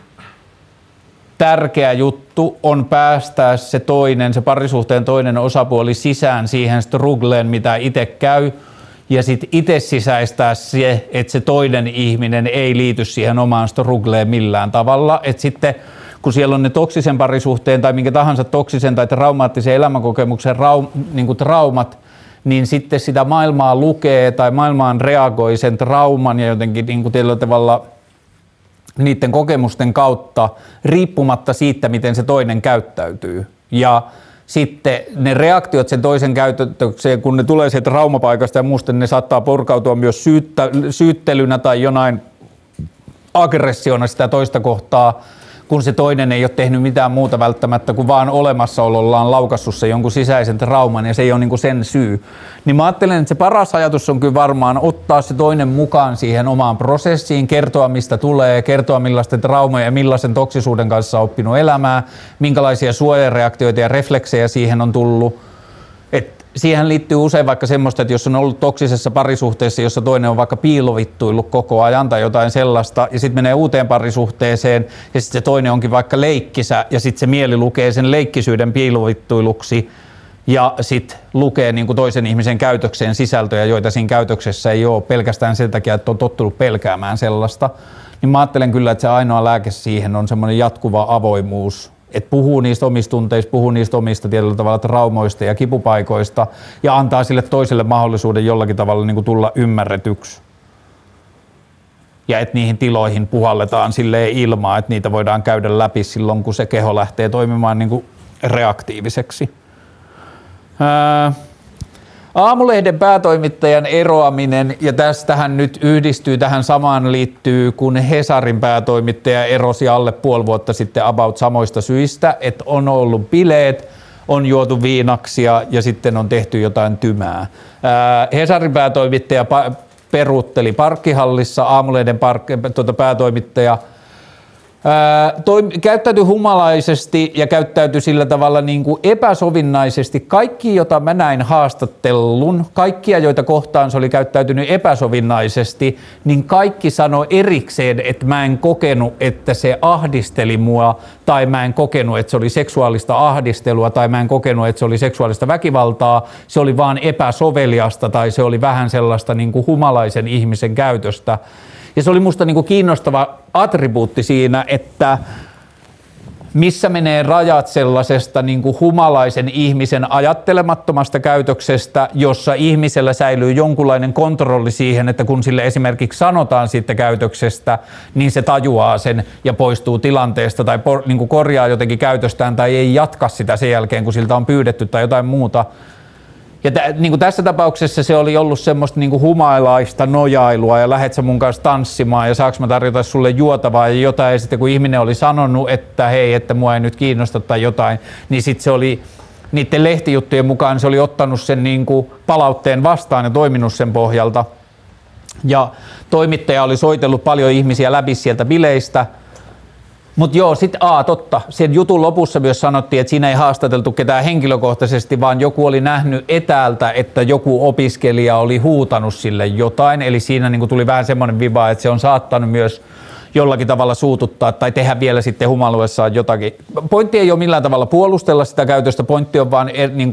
tärkeä juttu on päästää se toinen, se parisuhteen toinen osapuoli sisään siihen struggleen, mitä itse käy, ja sitten itse sisäistää se, että se toinen ihminen ei liity siihen omaan struggleen millään tavalla, että sitten kun siellä on ne toksisen parisuhteen tai minkä tahansa toksisen tai traumaattisen elämänkokemuksen raum, niin kuin traumat, niin sitten sitä maailmaa lukee tai maailmaan reagoi sen trauman ja jotenkin niin kuin tietyllä tavalla niiden kokemusten kautta riippumatta siitä, miten se toinen käyttäytyy. Ja sitten ne reaktiot sen toisen käytökseen, kun ne tulee sieltä traumapaikasta ja muusta, niin ne saattaa purkautua myös syyttä, syyttelynä tai jonain aggressiona sitä toista kohtaa, kun se toinen ei ole tehnyt mitään muuta välttämättä kuin vaan olemassaolollaan laukassut se jonkun sisäisen trauman ja se ei ole niin kuin sen syy. Niin mä ajattelen, että se paras ajatus on kyllä varmaan ottaa se toinen mukaan siihen omaan prosessiin, kertoa mistä tulee, kertoa millaisten traumoja ja millaisen toksisuuden kanssa on oppinut elämää, minkälaisia suojareaktioita ja refleksejä siihen on tullut. Et siihen liittyy usein vaikka semmoista, että jos on ollut toksisessa parisuhteessa, jossa toinen on vaikka piilovittuillut koko ajan tai jotain sellaista, ja sitten menee uuteen parisuhteeseen, ja sitten se toinen onkin vaikka leikkisä, ja sitten se mieli lukee sen leikkisyyden piilovittuiluksi, ja sitten lukee niin kuin toisen ihmisen käytökseen sisältöjä, joita siinä käytöksessä ei ole pelkästään sen takia, että on tottunut pelkäämään sellaista. Niin mä ajattelen kyllä, että se ainoa lääke siihen on semmoinen jatkuva avoimuus, että puhuu niistä omista tunteista, puhuu niistä omista tietyllä tavalla traumoista ja kipupaikoista ja antaa sille toiselle mahdollisuuden jollakin tavalla niin kuin tulla ymmärretyksi. Ja että niihin tiloihin puhalletaan silleen ilmaa, että niitä voidaan käydä läpi silloin, kun se keho lähtee toimimaan niin kuin reaktiiviseksi. Ää, Aamulehden päätoimittajan eroaminen, ja tästähän nyt yhdistyy tähän samaan liittyy, kun Hesarin päätoimittaja erosi alle puoli vuotta sitten about samoista syistä, että on ollut bileet, on juotu viinaksia ja sitten on tehty jotain tymää. Ää, Hesarin päätoimittaja pa- peruutteli parkkihallissa, Aamulehden park- tuota, päätoimittaja Ää, toi, käyttäytyi humalaisesti ja käyttäytyi sillä tavalla niin kuin epäsovinnaisesti. Kaikki, jota mä näin haastattelun, kaikkia, joita kohtaan se oli käyttäytynyt epäsovinnaisesti, niin kaikki sanoi erikseen, että mä en kokenut, että se ahdisteli mua, tai mä en kokenut, että se oli seksuaalista ahdistelua, tai mä en kokenut, että se oli seksuaalista väkivaltaa. Se oli vaan epäsoveliasta, tai se oli vähän sellaista niin kuin humalaisen ihmisen käytöstä. Ja se oli musta niinku kiinnostava attribuutti siinä, että missä menee rajat sellaisesta niinku humalaisen ihmisen ajattelemattomasta käytöksestä, jossa ihmisellä säilyy jonkunlainen kontrolli siihen, että kun sille esimerkiksi sanotaan siitä käytöksestä, niin se tajuaa sen ja poistuu tilanteesta tai por, niinku korjaa jotenkin käytöstään tai ei jatka sitä sen jälkeen, kun siltä on pyydetty tai jotain muuta. Ja t- niin kuin tässä tapauksessa se oli ollut semmoista niin kuin humailaista nojailua ja lähet sä mun kanssa tanssimaan ja saaks mä tarjota sulle juotavaa ja jotain. Ja sitten kun ihminen oli sanonut, että hei, että mua ei nyt kiinnosta tai jotain, niin sitten se oli niiden lehtijuttujen mukaan se oli ottanut sen niin kuin palautteen vastaan ja toiminut sen pohjalta. Ja toimittaja oli soitellut paljon ihmisiä läpi sieltä bileistä. Mutta joo, sitten a totta, sen jutun lopussa myös sanottiin, että siinä ei haastateltu ketään henkilökohtaisesti, vaan joku oli nähnyt etäältä, että joku opiskelija oli huutanut sille jotain, eli siinä niinku tuli vähän semmoinen viba, että se on saattanut myös jollakin tavalla suututtaa tai tehdä vielä sitten humaluessaan jotakin. Pointti ei ole millään tavalla puolustella sitä käytöstä, pointti on vaan er, niinku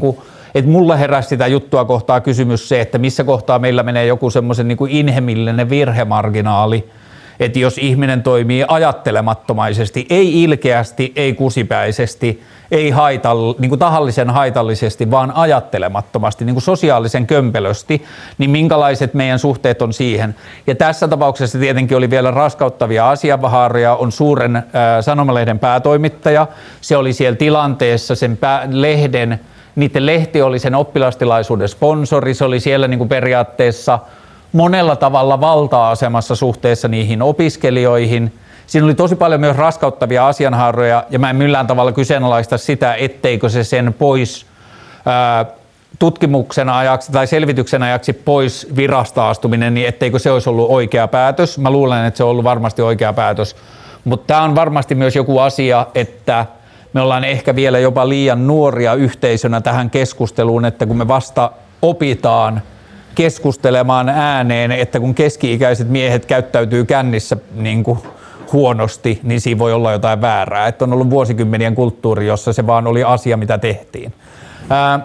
että mulle heräsi sitä juttua kohtaa kysymys se, että missä kohtaa meillä menee joku semmoisen niin kuin inhimillinen virhemarginaali, että jos ihminen toimii ajattelemattomaisesti, ei ilkeästi, ei kusipäisesti, ei haital, niin kuin tahallisen haitallisesti, vaan ajattelemattomasti, niin kuin sosiaalisen kömpelösti, niin minkälaiset meidän suhteet on siihen. Ja tässä tapauksessa tietenkin oli vielä raskauttavia asianhaaroja, on suuren äh, sanomalehden päätoimittaja, se oli siellä tilanteessa sen pää, lehden, niiden lehti oli sen oppilastilaisuuden sponsori, se oli siellä niin kuin periaatteessa monella tavalla valta-asemassa suhteessa niihin opiskelijoihin. Siinä oli tosi paljon myös raskauttavia asianhaaroja ja mä en millään tavalla kyseenalaista sitä, etteikö se sen pois ää, tutkimuksen ajaksi tai selvityksen ajaksi pois virasta astuminen, niin etteikö se olisi ollut oikea päätös. Mä luulen, että se on ollut varmasti oikea päätös, mutta tämä on varmasti myös joku asia, että me ollaan ehkä vielä jopa liian nuoria yhteisönä tähän keskusteluun, että kun me vasta opitaan keskustelemaan ääneen, että kun keski-ikäiset miehet käyttäytyy kännissä niin kuin huonosti, niin siinä voi olla jotain väärää. Että on ollut vuosikymmenien kulttuuri, jossa se vaan oli asia, mitä tehtiin. Ää,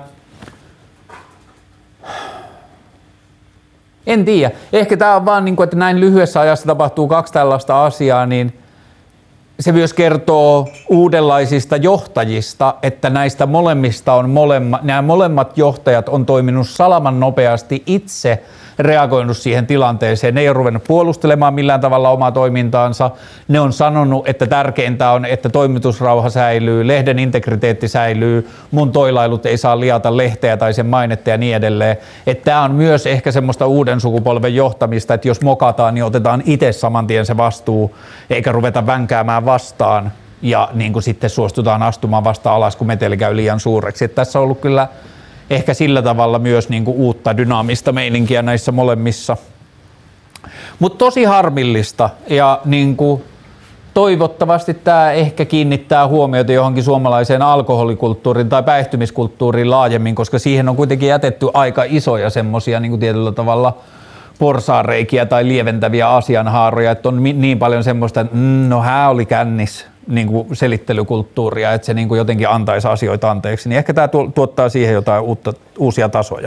en tiedä. Ehkä tämä on vaan, niin kuin, että näin lyhyessä ajassa tapahtuu kaksi tällaista asiaa, niin se myös kertoo uudenlaisista johtajista, että näistä molemmista on molemmat, nämä molemmat johtajat on toiminut salaman nopeasti itse, reagoinut siihen tilanteeseen. Ne ei ole ruvennut puolustelemaan millään tavalla omaa toimintaansa. Ne on sanonut, että tärkeintä on, että toimitusrauha säilyy, lehden integriteetti säilyy, mun toilailut ei saa liata lehteä tai sen mainetta ja niin edelleen. Että tämä on myös ehkä semmoista uuden sukupolven johtamista, että jos mokataan, niin otetaan itse saman tien se vastuu, eikä ruveta vänkäämään vastaan ja niin kuin sitten suostutaan astumaan vasta alas, kun meteli käy liian suureksi. Että tässä on ollut kyllä ehkä sillä tavalla myös niin kuin uutta dynaamista meininkiä näissä molemmissa. Mutta tosi harmillista ja niin kuin toivottavasti tämä ehkä kiinnittää huomiota johonkin suomalaiseen alkoholikulttuuriin tai päihtymiskulttuuriin laajemmin, koska siihen on kuitenkin jätetty aika isoja semmoisia niin kuin tietyllä tavalla porsaanreikiä tai lieventäviä asianhaaroja, että on niin paljon semmoista, että mm, no hän oli kännis, niin kuin selittelykulttuuria, että se niin kuin jotenkin antaisi asioita anteeksi, niin ehkä tämä tuottaa siihen jotain uutta, uusia tasoja.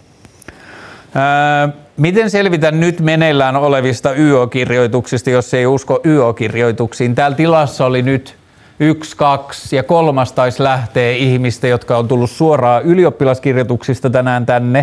Ää, miten selvitän nyt meneillään olevista Y O-kirjoituksista, jos ei usko Y O-kirjoituksiin? Täällä tilassa oli nyt yksi, kaksi ja kolmas taisi lähteä ihmistä, jotka on tullut suoraan ylioppilaskirjoituksista tänään tänne.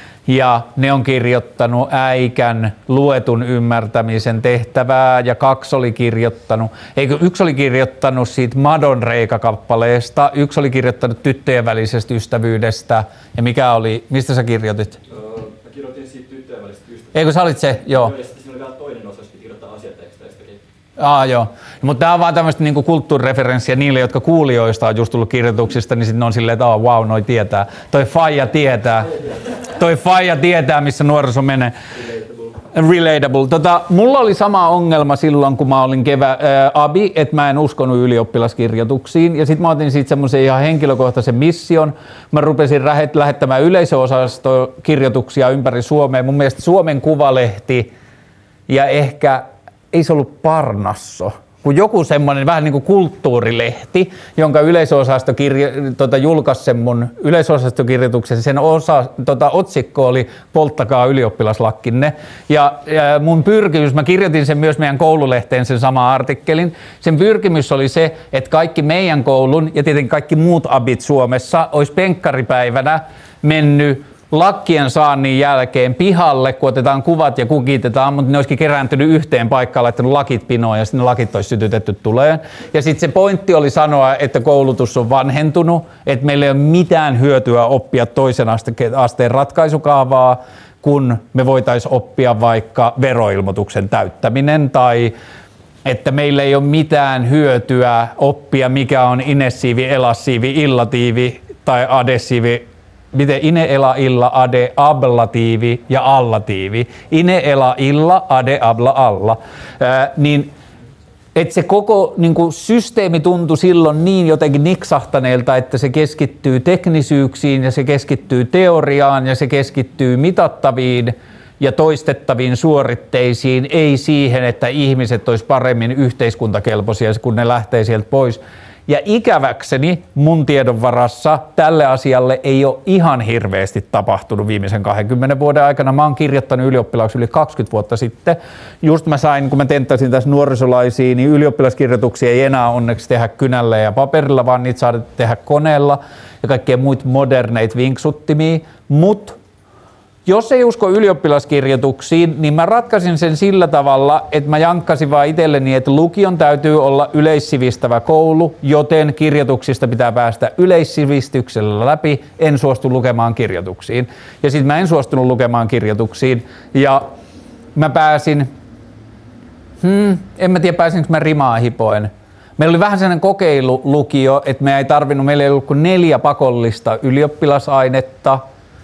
Ja ne on kirjoittanut äikän luetun ymmärtämisen tehtävää ja kaksi oli kirjoittanut, eikö yksi oli kirjoittanut siitä Madon Reika-kappaleesta, yksi oli kirjoittanut tyttöjen välisestä ystävyydestä ja mikä oli, mistä sä kirjoitit? Öö, mä kirjoitin siitä tyttöjen välisestä ystävyydestä. Eikö sä olit se? Joo. Ja sitten siinä oli vielä toinen osa, jossa kirjoittaa asiateksteistäkin. Aa, joo. Mutta tämä on vaan tämmöistä niinku kulttuurireferenssiä niille, jotka kuulijoista on just tullut kirjoituksista, niin sitten on silleen, että oh, wow, noi tietää. Toi faija tietää. Toi faija tietää, missä nuoriso menee. Relatable. Relatable. Tota, mulla oli sama ongelma silloin, kun mä olin kevä, ää, abi, että mä en uskonut ylioppilaskirjoituksiin. Ja sitten mä otin siitä semmoisen ihan henkilökohtaisen mission. Mä rupesin lähettämään yleisöosastokirjoituksia ympäri Suomea. Mun mielestä Suomen Kuvalehti ja ehkä ei se ollut Parnasso, kun joku semmoinen vähän niin kuin kulttuurilehti, jonka yleisöosasto kirja, tota, julkaisi sen mun yleisöosastokirjoituksen, sen osa, tota, otsikko oli Polttakaa ylioppilaslakkinne. Ja, ja mun pyrkimys, mä kirjoitin sen myös meidän koululehteen sen sama artikkelin, sen pyrkimys oli se, että kaikki meidän koulun ja tietenkin kaikki muut abit Suomessa olisi penkkaripäivänä mennyt lakkien saannin jälkeen pihalle, kun otetaan kuvat ja kukitetaan, mutta ne olisikin kerääntynyt yhteen paikkaan, laittanut lakit pinoon ja sitten ne lakit olisi sytytetty tuleen. Ja sitten se pointti oli sanoa, että koulutus on vanhentunut, että meillä ei ole mitään hyötyä oppia toisen asteen ratkaisukaavaa, kun me voitaisiin oppia vaikka veroilmoituksen täyttäminen tai että meillä ei ole mitään hyötyä oppia, mikä on inessiivi, elassiivi, illatiivi tai adessiivi, miten ine, ela, illa, ade, ablatiivi ja allatiivi. Ine, ela, illa, ade, abla, alla. Ää, niin, että se koko niin kuin systeemi tuntui silloin niin jotenkin niksahtaneelta, että se keskittyy teknisyyksiin ja se keskittyy teoriaan ja se keskittyy mitattaviin ja toistettaviin suoritteisiin, ei siihen, että ihmiset olisi paremmin yhteiskuntakelpoisia, kun ne lähtee sieltä pois. Ja ikäväkseni mun tiedon varassa tälle asialle ei ole ihan hirveästi tapahtunut viimeisen kahdenkymmenen vuoden aikana. Mä oon kirjoittanut ylioppilaaksi yli kaksikymmentä vuotta sitten. Just mä sain, kun mä tenttasin tässä nuorisolaisia, niin ylioppilaskirjoituksia ei enää onneksi tehdä kynällä ja paperilla, vaan niitä saadaan tehdä koneella ja kaikkea muita moderneit vinksuttimia. Mut jos ei usko ylioppilaskirjoituksiin, niin mä ratkaisin sen sillä tavalla, että mä jankkasin vaan itselleni, että lukion täytyy olla yleissivistävä koulu, joten kirjoituksista pitää päästä yleissivistyksellä läpi. En suostu lukemaan kirjoituksiin. Ja sitten mä en suostunut lukemaan kirjoituksiin. Ja mä pääsin, hmm, en mä tiedä pääsinkö mä rimaa hipoen. Meillä oli vähän sellainen kokeilulukio, että me ei tarvinnut, meillä ei ollut kuin neljä pakollista ylioppilasainetta.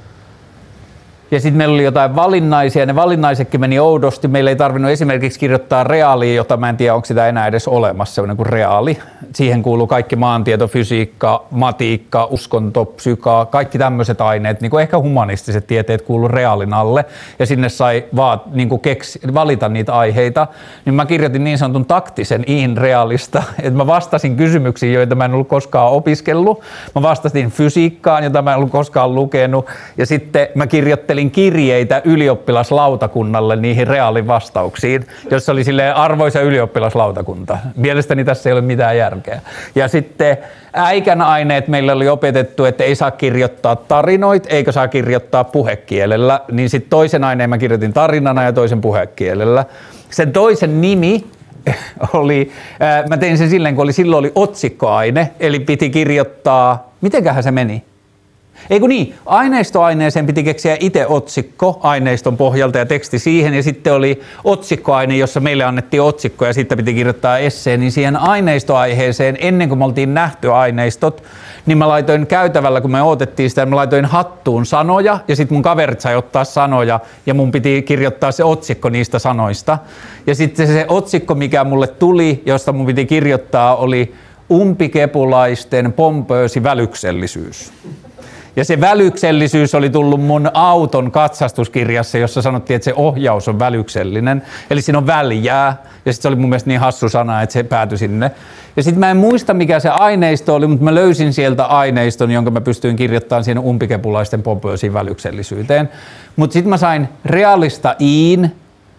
Ja sitten meillä oli jotain valinnaisia, ne valinnaisetkin meni oudosti. Meillä ei tarvinnut esimerkiksi kirjoittaa reaalia, jota mä en tiedä, onko sitä enää edes olemassa, sellainen kuin reaali. Siihen kuuluu kaikki maantieto, fysiikka, matiikka, uskonto, psyka, kaikki tämmöiset aineet, niin kuin ehkä humanistiset tieteet kuuluu reaalin alle. Ja sinne sai vaan niin kuin keksi, valita niitä aiheita. Niin mä kirjoitin niin sanotun taktisen iin reaalista, että mä vastasin kysymyksiin, joita mä en ollut koskaan opiskellut. Mä vastasin fysiikkaan, jota mä en ollut koskaan lukenut. Ja sitten mä kirjoittelin kirjeitä ylioppilaslautakunnalle niihin reaalivastauksiin, jossa oli silleen arvoisa ylioppilaslautakunta. Mielestäni tässä ei ole mitään järkeä. Ja sitten äikän aineet meillä oli opetettu, että ei saa kirjoittaa tarinoita, eikä saa kirjoittaa puhekielellä. Niin sitten toisen aineen mä kirjoitin tarinana ja toisen puhekielellä. Sen toisen nimi oli, ää, mä tein sen silleen, kun oli, silloin oli otsikkoaine, eli piti kirjoittaa, mitenköhän se meni? Ei kun niin, aineistoaineeseen piti keksiä itse otsikko aineiston pohjalta ja teksti siihen, ja sitten oli otsikkoaine, jossa meille annettiin otsikko ja sitten piti kirjoittaa esseen, niin siihen aineistoaiheeseen, ennen kuin me oltiin nähty aineistot, niin mä laitoin käytävällä, kun me odotettiin sitä, mä laitoin hattuun sanoja, ja sitten mun kaverit sai ottaa sanoja, ja mun piti kirjoittaa se otsikko niistä sanoista. Ja sitten se, se otsikko, mikä mulle tuli, josta mun piti kirjoittaa, oli umpikepulaisten pompöösi välyksellisyys. Ja se välyksellisyys oli tullut mun auton katsastuskirjassa, jossa sanottiin, että se ohjaus on välyksellinen. Eli siinä on väljää. Ja sitten se oli mun mielestä niin hassu sana, että se päätyi sinne. Ja sitten mä en muista, mikä se aineisto oli, mutta mä löysin sieltä aineiston, jonka mä pystyin kirjoittamaan siihen umpikepulaisten pompöösiin välyksellisyyteen. Mutta sitten mä sain realista iin,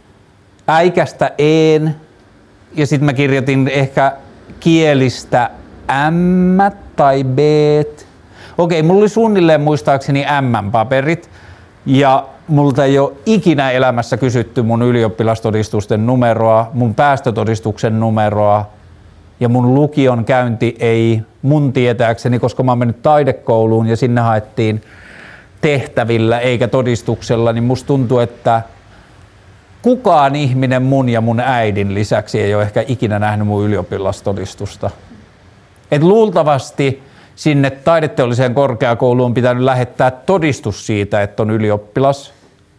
äikästä een, ja sitten mä kirjoitin ehkä kielistä m tai b. Okei, mulla oli suunnilleen muistaakseni M-paperit ja multa ei ole ikinä elämässä kysytty mun ylioppilastodistusten numeroa, mun päästötodistuksen numeroa ja mun lukion käynti ei mun tietääkseni, koska mä oon mennyt taidekouluun ja sinne haettiin tehtävillä eikä todistuksella, niin musta tuntuu, että kukaan ihminen mun ja mun äidin lisäksi ei ole ehkä ikinä nähnyt mun ylioppilastodistusta. Et luultavasti sinne taideteolliseen korkeakouluun on pitänyt lähettää todistus siitä, että on ylioppilas.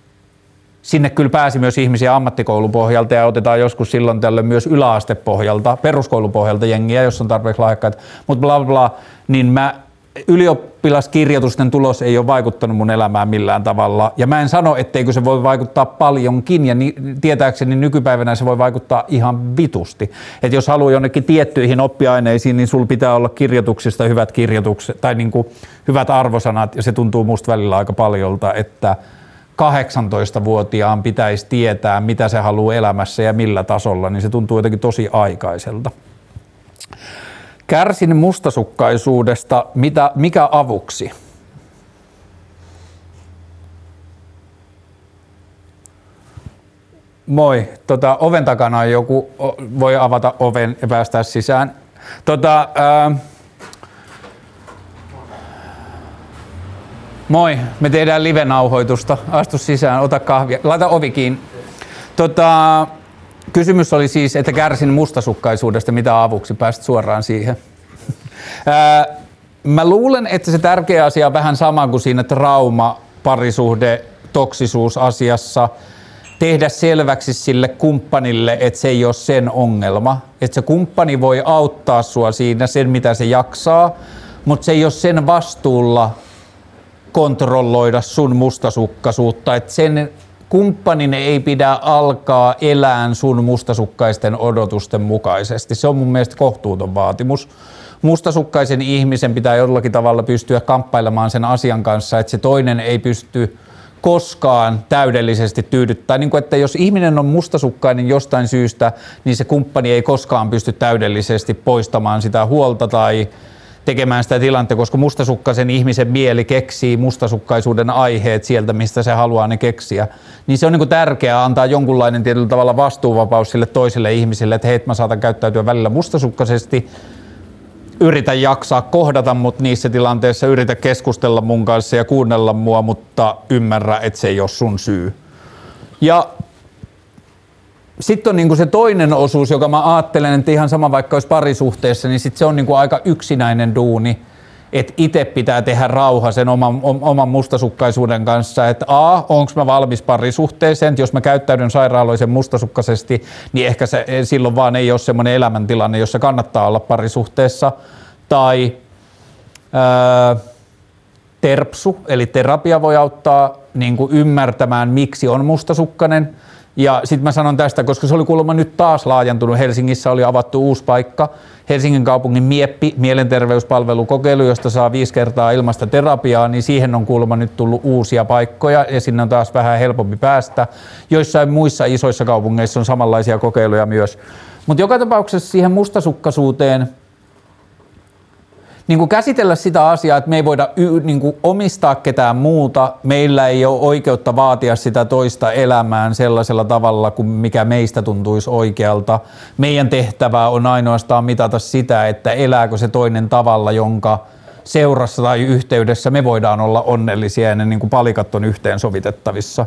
Sinne kyllä pääsi myös ihmisiä ammattikoulupohjalta ja otetaan joskus silloin tällöin myös yläastepohjalta, peruskoulupohjalta jengiä, jos on tarpeeksi lahjakkaita. Mutta bla bla, niin mä ylioppilaskirjoitusten tulos ei ole vaikuttanut mun elämään millään tavalla. Ja mä en sano, etteikö se voi vaikuttaa paljonkin, ja ni, tietääkseni nykypäivänä se voi vaikuttaa ihan vitusti. Että jos haluaa jonnekin tiettyihin oppiaineisiin, niin sulla pitää olla kirjoituksista hyvät kirjoitukset, tai niin kuin hyvät arvosanat, ja se tuntuu musta välillä aika paljolta, että kahdeksantoistavuotiaan pitäisi tietää, mitä se haluaa elämässä ja millä tasolla, niin se tuntuu jotenkin tosi aikaiselta. Kärsin mustasukkaisuudesta, mitä, mikä avuksi? Moi, tota, oven takana on joku, voi avata oven ja päästää sisään. Tota, ää, moi, me tehdään live-nauhoitusta. Astu sisään, ota kahvia, laita ovi kiinni. Tota, Kysymys oli siis, että kärsin mustasukkaisuudesta, mitä avuksi, pääsit suoraan siihen. Ää, mä luulen, että se tärkeä asia on vähän sama kuin siinä trauma, parisuhde, toksisuusasiassa. Tehdä selväksi sille kumppanille, että se ei ole sen ongelma. Että se kumppani voi auttaa sua siinä sen, mitä se jaksaa, mutta se ei ole sen vastuulla kontrolloida sun mustasukkaisuutta. Että sen kumppanin ei pidä alkaa elää sun mustasukkaisten odotusten mukaisesti. Se on mun mielestä kohtuuton vaatimus. mustasukkaisen ihmisen pitää jollakin tavalla pystyä kamppailemaan sen asian kanssa, että se toinen ei pysty koskaan täydellisesti tyydyttää. Niin kuin, että jos ihminen on mustasukkainen jostain syystä, niin se kumppani ei koskaan pysty täydellisesti poistamaan sitä huolta tai tekemään sitä tilannetta, koska mustasukkaisen ihmisen mieli keksii mustasukkaisuuden aiheet sieltä, mistä se haluaa ne keksiä. Niin se on niin kuin tärkeää antaa jonkunlainen tietyllä tavalla vastuuvapaus sille toiselle ihmiselle, että hei, mä saatan käyttäytyä välillä mustasukkaisesti, yritä jaksaa kohdata mut niissä tilanteissa, yritä keskustella mun kanssa ja kuunnella mua, mutta ymmärrä, että se ei ole sun syy. Ja sitten on niinku se toinen osuus, joka mä ajattelen, että ihan sama vaikka olisi parisuhteessa, niin sit se on niinku aika yksinäinen duuni, että itse pitää tehdä rauha sen oman, oman mustasukkaisuuden kanssa, että a, onko mä valmis parisuhteeseen, jos mä käyttäydyn sairaaloisen mustasukkaisesti, niin ehkä se silloin vaan ei ole semmoinen elämäntilanne, jossa kannattaa olla parisuhteessa, tai ää, terpsu, eli terapia voi auttaa niin kuin ymmärtämään, miksi on mustasukkainen. Ja sitten mä sanon tästä, koska se oli kuulemma nyt taas laajentunut. Helsingissä oli avattu uusi paikka, Helsingin kaupungin Mieppi, mielenterveyspalvelukokeilu, josta saa viisi kertaa ilmaista terapiaa, niin siihen on kuulemma nyt tullut uusia paikkoja ja sinne on taas vähän helpompi päästä. Joissain muissa isoissa kaupungeissa on samanlaisia kokeiluja myös. Mutta joka tapauksessa siihen mustasukkaisuuteen niin kuin käsitellä sitä asiaa, että me ei voida y, niin kuin omistaa ketään muuta, meillä ei ole oikeutta vaatia sitä toista elämään sellaisella tavalla kuin mikä meistä tuntuisi oikealta. Meidän tehtävää on ainoastaan mitata sitä, että elääkö se toinen tavalla, jonka seurassa tai yhteydessä me voidaan olla onnellisia ja ne niin kuin palikat on yhteensovitettavissa.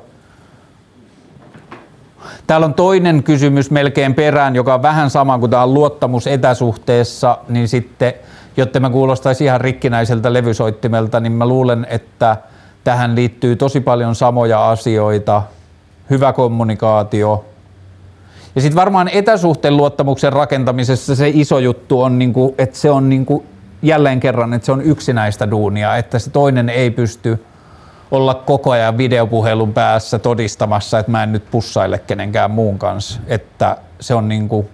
Täällä on toinen kysymys melkein perään, joka on vähän sama kuin tämä on luottamus etäsuhteessa, niin sitten jotta mä kuulostaisi ihan rikkinäiseltä levysoittimelta, niin mä luulen, että tähän liittyy tosi paljon samoja asioita, hyvä kommunikaatio. Ja sitten varmaan etäsuhteen luottamuksen rakentamisessa se iso juttu on, niinku, että se on niinku, jälleen kerran, että se on yksinäistä duunia, että se toinen ei pysty olla koko ajan videopuhelun päässä todistamassa, että mä en nyt pussaile kenenkään muun kanssa, että se on niinku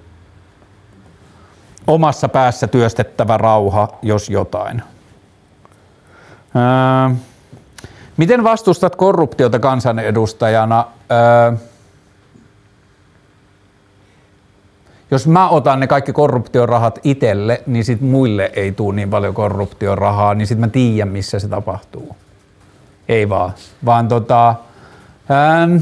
omassa päässä työstettävä rauha, jos jotain. Öö, miten vastustat korruptiota kansanedustajana? Öö, jos mä otan ne kaikki korruptiorahat itselle, niin sit muille ei tule niin paljon korruptiorahaa, niin sit mä tiedän, missä se tapahtuu. Ei vaan, vaan tota... Öö,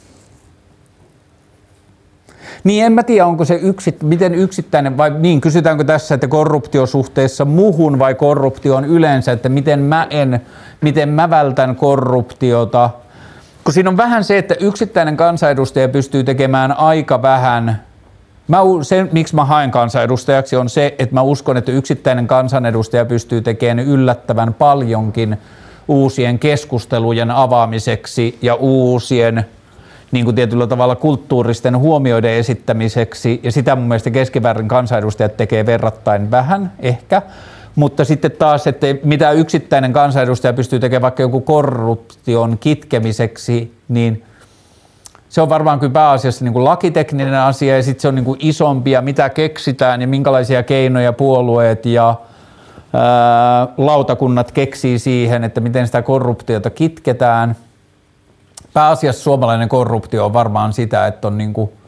Niin en mä tiedä, onko se yksit, miten yksittäinen, vai niin kysytäänkö tässä, että korruptiosuhteessa muhun vai korruptioon yleensä, että miten mä en, miten mä vältän korruptiota. Kun siinä on vähän se, että yksittäinen kansanedustaja pystyy tekemään aika vähän. Mä, se, miksi mä haen kansanedustajaksi, on se, että mä uskon, että yksittäinen kansanedustaja pystyy tekemään yllättävän paljonkin uusien keskustelujen avaamiseksi ja uusien niin kuin tietyllä tavalla kulttuuristen huomioiden esittämiseksi, ja sitä mun mielestä keskiväärin kansanedustajat tekee verrattain vähän ehkä, mutta sitten taas, että mitä yksittäinen kansanedustaja pystyy tekemään vaikka joku korruption kitkemiseksi, niin se on varmaan kyllä pääasiassa niin kuin lakitekninen asia, ja sitten se on niin kuin isompi, ja mitä keksitään, ja minkälaisia keinoja puolueet ja ää, lautakunnat keksii siihen, että miten sitä korruptiota kitketään. Pääasiassa suomalainen korruptio on varmaan sitä, että on niin kuin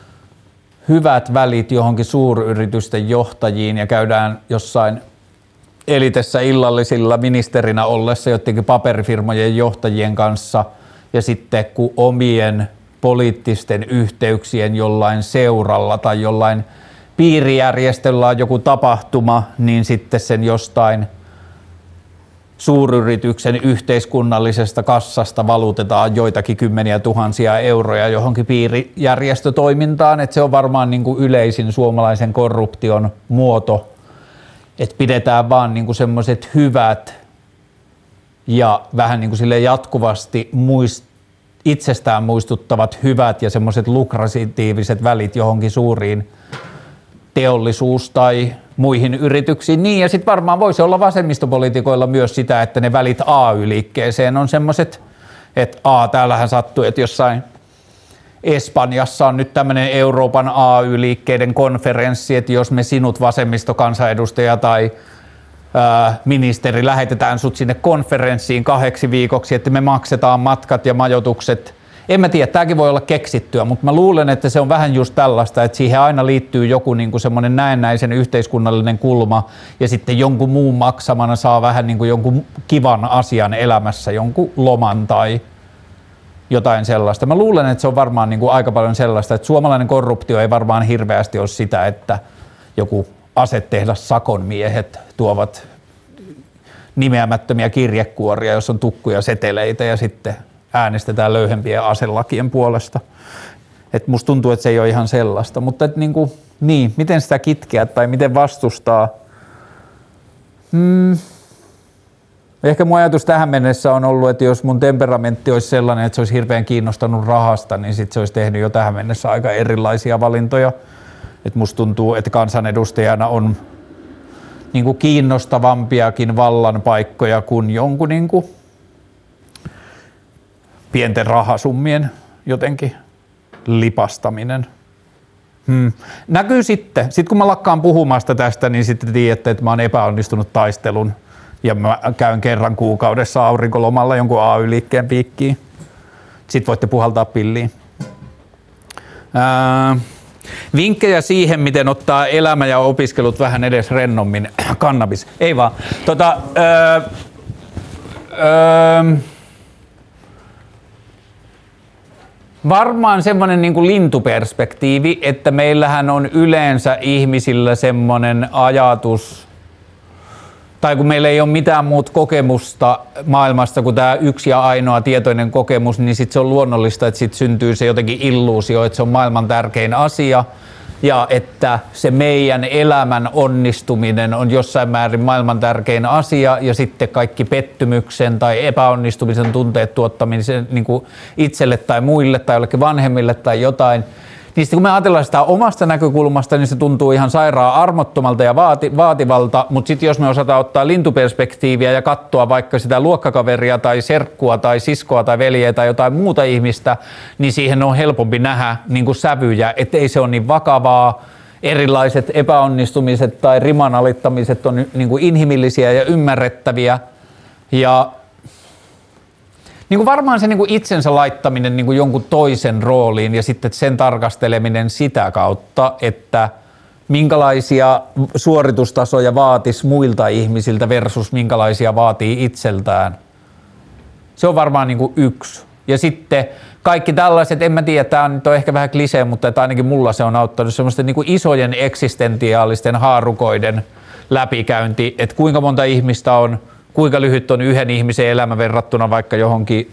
hyvät välit johonkin suuryritysten johtajiin ja käydään jossain elitessä illallisilla ministerinä ollessa jotenkin paperifirmojen johtajien kanssa ja sitten kun omien poliittisten yhteyksien jollain seuralla tai jollain piirijärjestöllä on joku tapahtuma, niin sitten sen jostain suuryrityksen yhteiskunnallisesta kassasta valutetaan joitakin kymmeniä tuhansia euroja johonkin piirijärjestötoimintaan, että se on varmaan niin kuin yleisin suomalaisen korruption muoto, että pidetään vaan niin kuin semmoiset hyvät ja vähän niin kuin sille jatkuvasti muist, itsestään muistuttavat hyvät ja semmoiset lukratiiviset välit johonkin suuriin teollisuus- tai muihin yrityksiin. Niin, ja sitten varmaan voisi olla vasemmistopoliitikoilla myös sitä, että ne välit A Y-liikkeeseen on semmoiset, että A, täällähän sattuu, että jossain Espanjassa on nyt tämmöinen Euroopan A Y-liikkeiden konferenssi, että jos me sinut vasemmistokansanedustaja tai ää, ministeri lähetetään sut sinne konferenssiin kahdeksi viikoksi, että me maksetaan matkat ja majoitukset. En mä tiedä, tämäkin voi olla keksittyä, mutta mä luulen, että se on vähän just tällaista, että siihen aina liittyy joku niinku semmoinen näennäisen yhteiskunnallinen kulma ja sitten jonkun muun maksamana saa vähän niinku jonkun kivan asian elämässä, jonkun loman tai jotain sellaista. Mä luulen, että se on varmaan niinku aika paljon sellaista, että suomalainen korruptio ei varmaan hirveästi ole sitä, että joku asetehdas sakon miehet tuovat nimeämättömiä kirjekuoria, jos on tukkuja seteleitä ja sitten äänestetään löyhempien aselakien puolesta. Et musta tuntuu, että se ei ole ihan sellaista, mutta et niinku, niin, miten sitä kitkeä tai miten vastustaa? Hmm. Ehkä mun ajatus tähän mennessä on ollut, että jos mun temperamentti olisi sellainen, että se olisi hirveän kiinnostanut rahasta, niin sit se olisi tehnyt jo tähän mennessä aika erilaisia valintoja. Et musta tuntuu, että kansanedustajana on niinku kiinnostavampiakin vallan paikkoja kuin jonkun niinku pienten rahasummien jotenkin lipastaminen. Hmm. Näkyy sitten. Sitten kun mä lakkaan puhumasta tästä, niin sitten tiedätte, että mä oon epäonnistunut taistelun ja mä käyn kerran kuukaudessa aurinkolomalla jonkun A Y-liikkeen piikkiin. Sitten voitte puhaltaa pilliin. Ää, vinkkejä siihen, miten ottaa elämä ja opiskelut vähän edes rennommin. Kannabis. Ei vaan. Tota, ää, ää, Varmaan semmoinen niin kuin lintuperspektiivi, että meillähän on yleensä ihmisillä semmoinen ajatus, tai kun meillä ei ole mitään muuta kokemusta maailmasta kuin tämä yksi ja ainoa tietoinen kokemus, niin sitten se on luonnollista, että sitten syntyy se jotenkin illuusio, että se on maailman tärkein asia ja että se meidän elämän onnistuminen on jossain määrin maailman tärkein asia ja sitten kaikki pettymyksen tai epäonnistumisen tunteet tuottamisen niin kuin itselle tai muille tai jollekin vanhemmille tai jotain. Niin sitten kun me ajatellaan sitä omasta näkökulmasta, niin se tuntuu ihan sairaan armottomalta ja vaati, vaativalta, mutta sitten jos me osataan ottaa lintuperspektiiviä ja katsoa vaikka sitä luokkakaveria tai serkkua tai siskoa tai veljeä tai jotain muuta ihmistä, niin siihen on helpompi nähdä niin kuin sävyjä, ettei se ole niin vakavaa. Erilaiset epäonnistumiset tai rimanalittamiset on niin kuin inhimillisiä ja ymmärrettäviä. Ja niin kuin varmaan se niin kuin itsensä laittaminen niin kuin jonkun toisen rooliin ja sitten sen tarkasteleminen sitä kautta, että minkälaisia suoritustasoja vaatisi muilta ihmisiltä versus minkälaisia vaatii itseltään. Se on varmaan niin kuin yksi. Ja sitten kaikki tällaiset, en mä tiedä, tämä on, on ehkä vähän klisee, mutta että ainakin mulla se on auttanut semmoisten niin kuin isojen eksistentiaalisten haarukoiden läpikäynti, että kuinka monta ihmistä on, kuinka lyhyt on yhden ihmisen elämä verrattuna vaikka johonkin,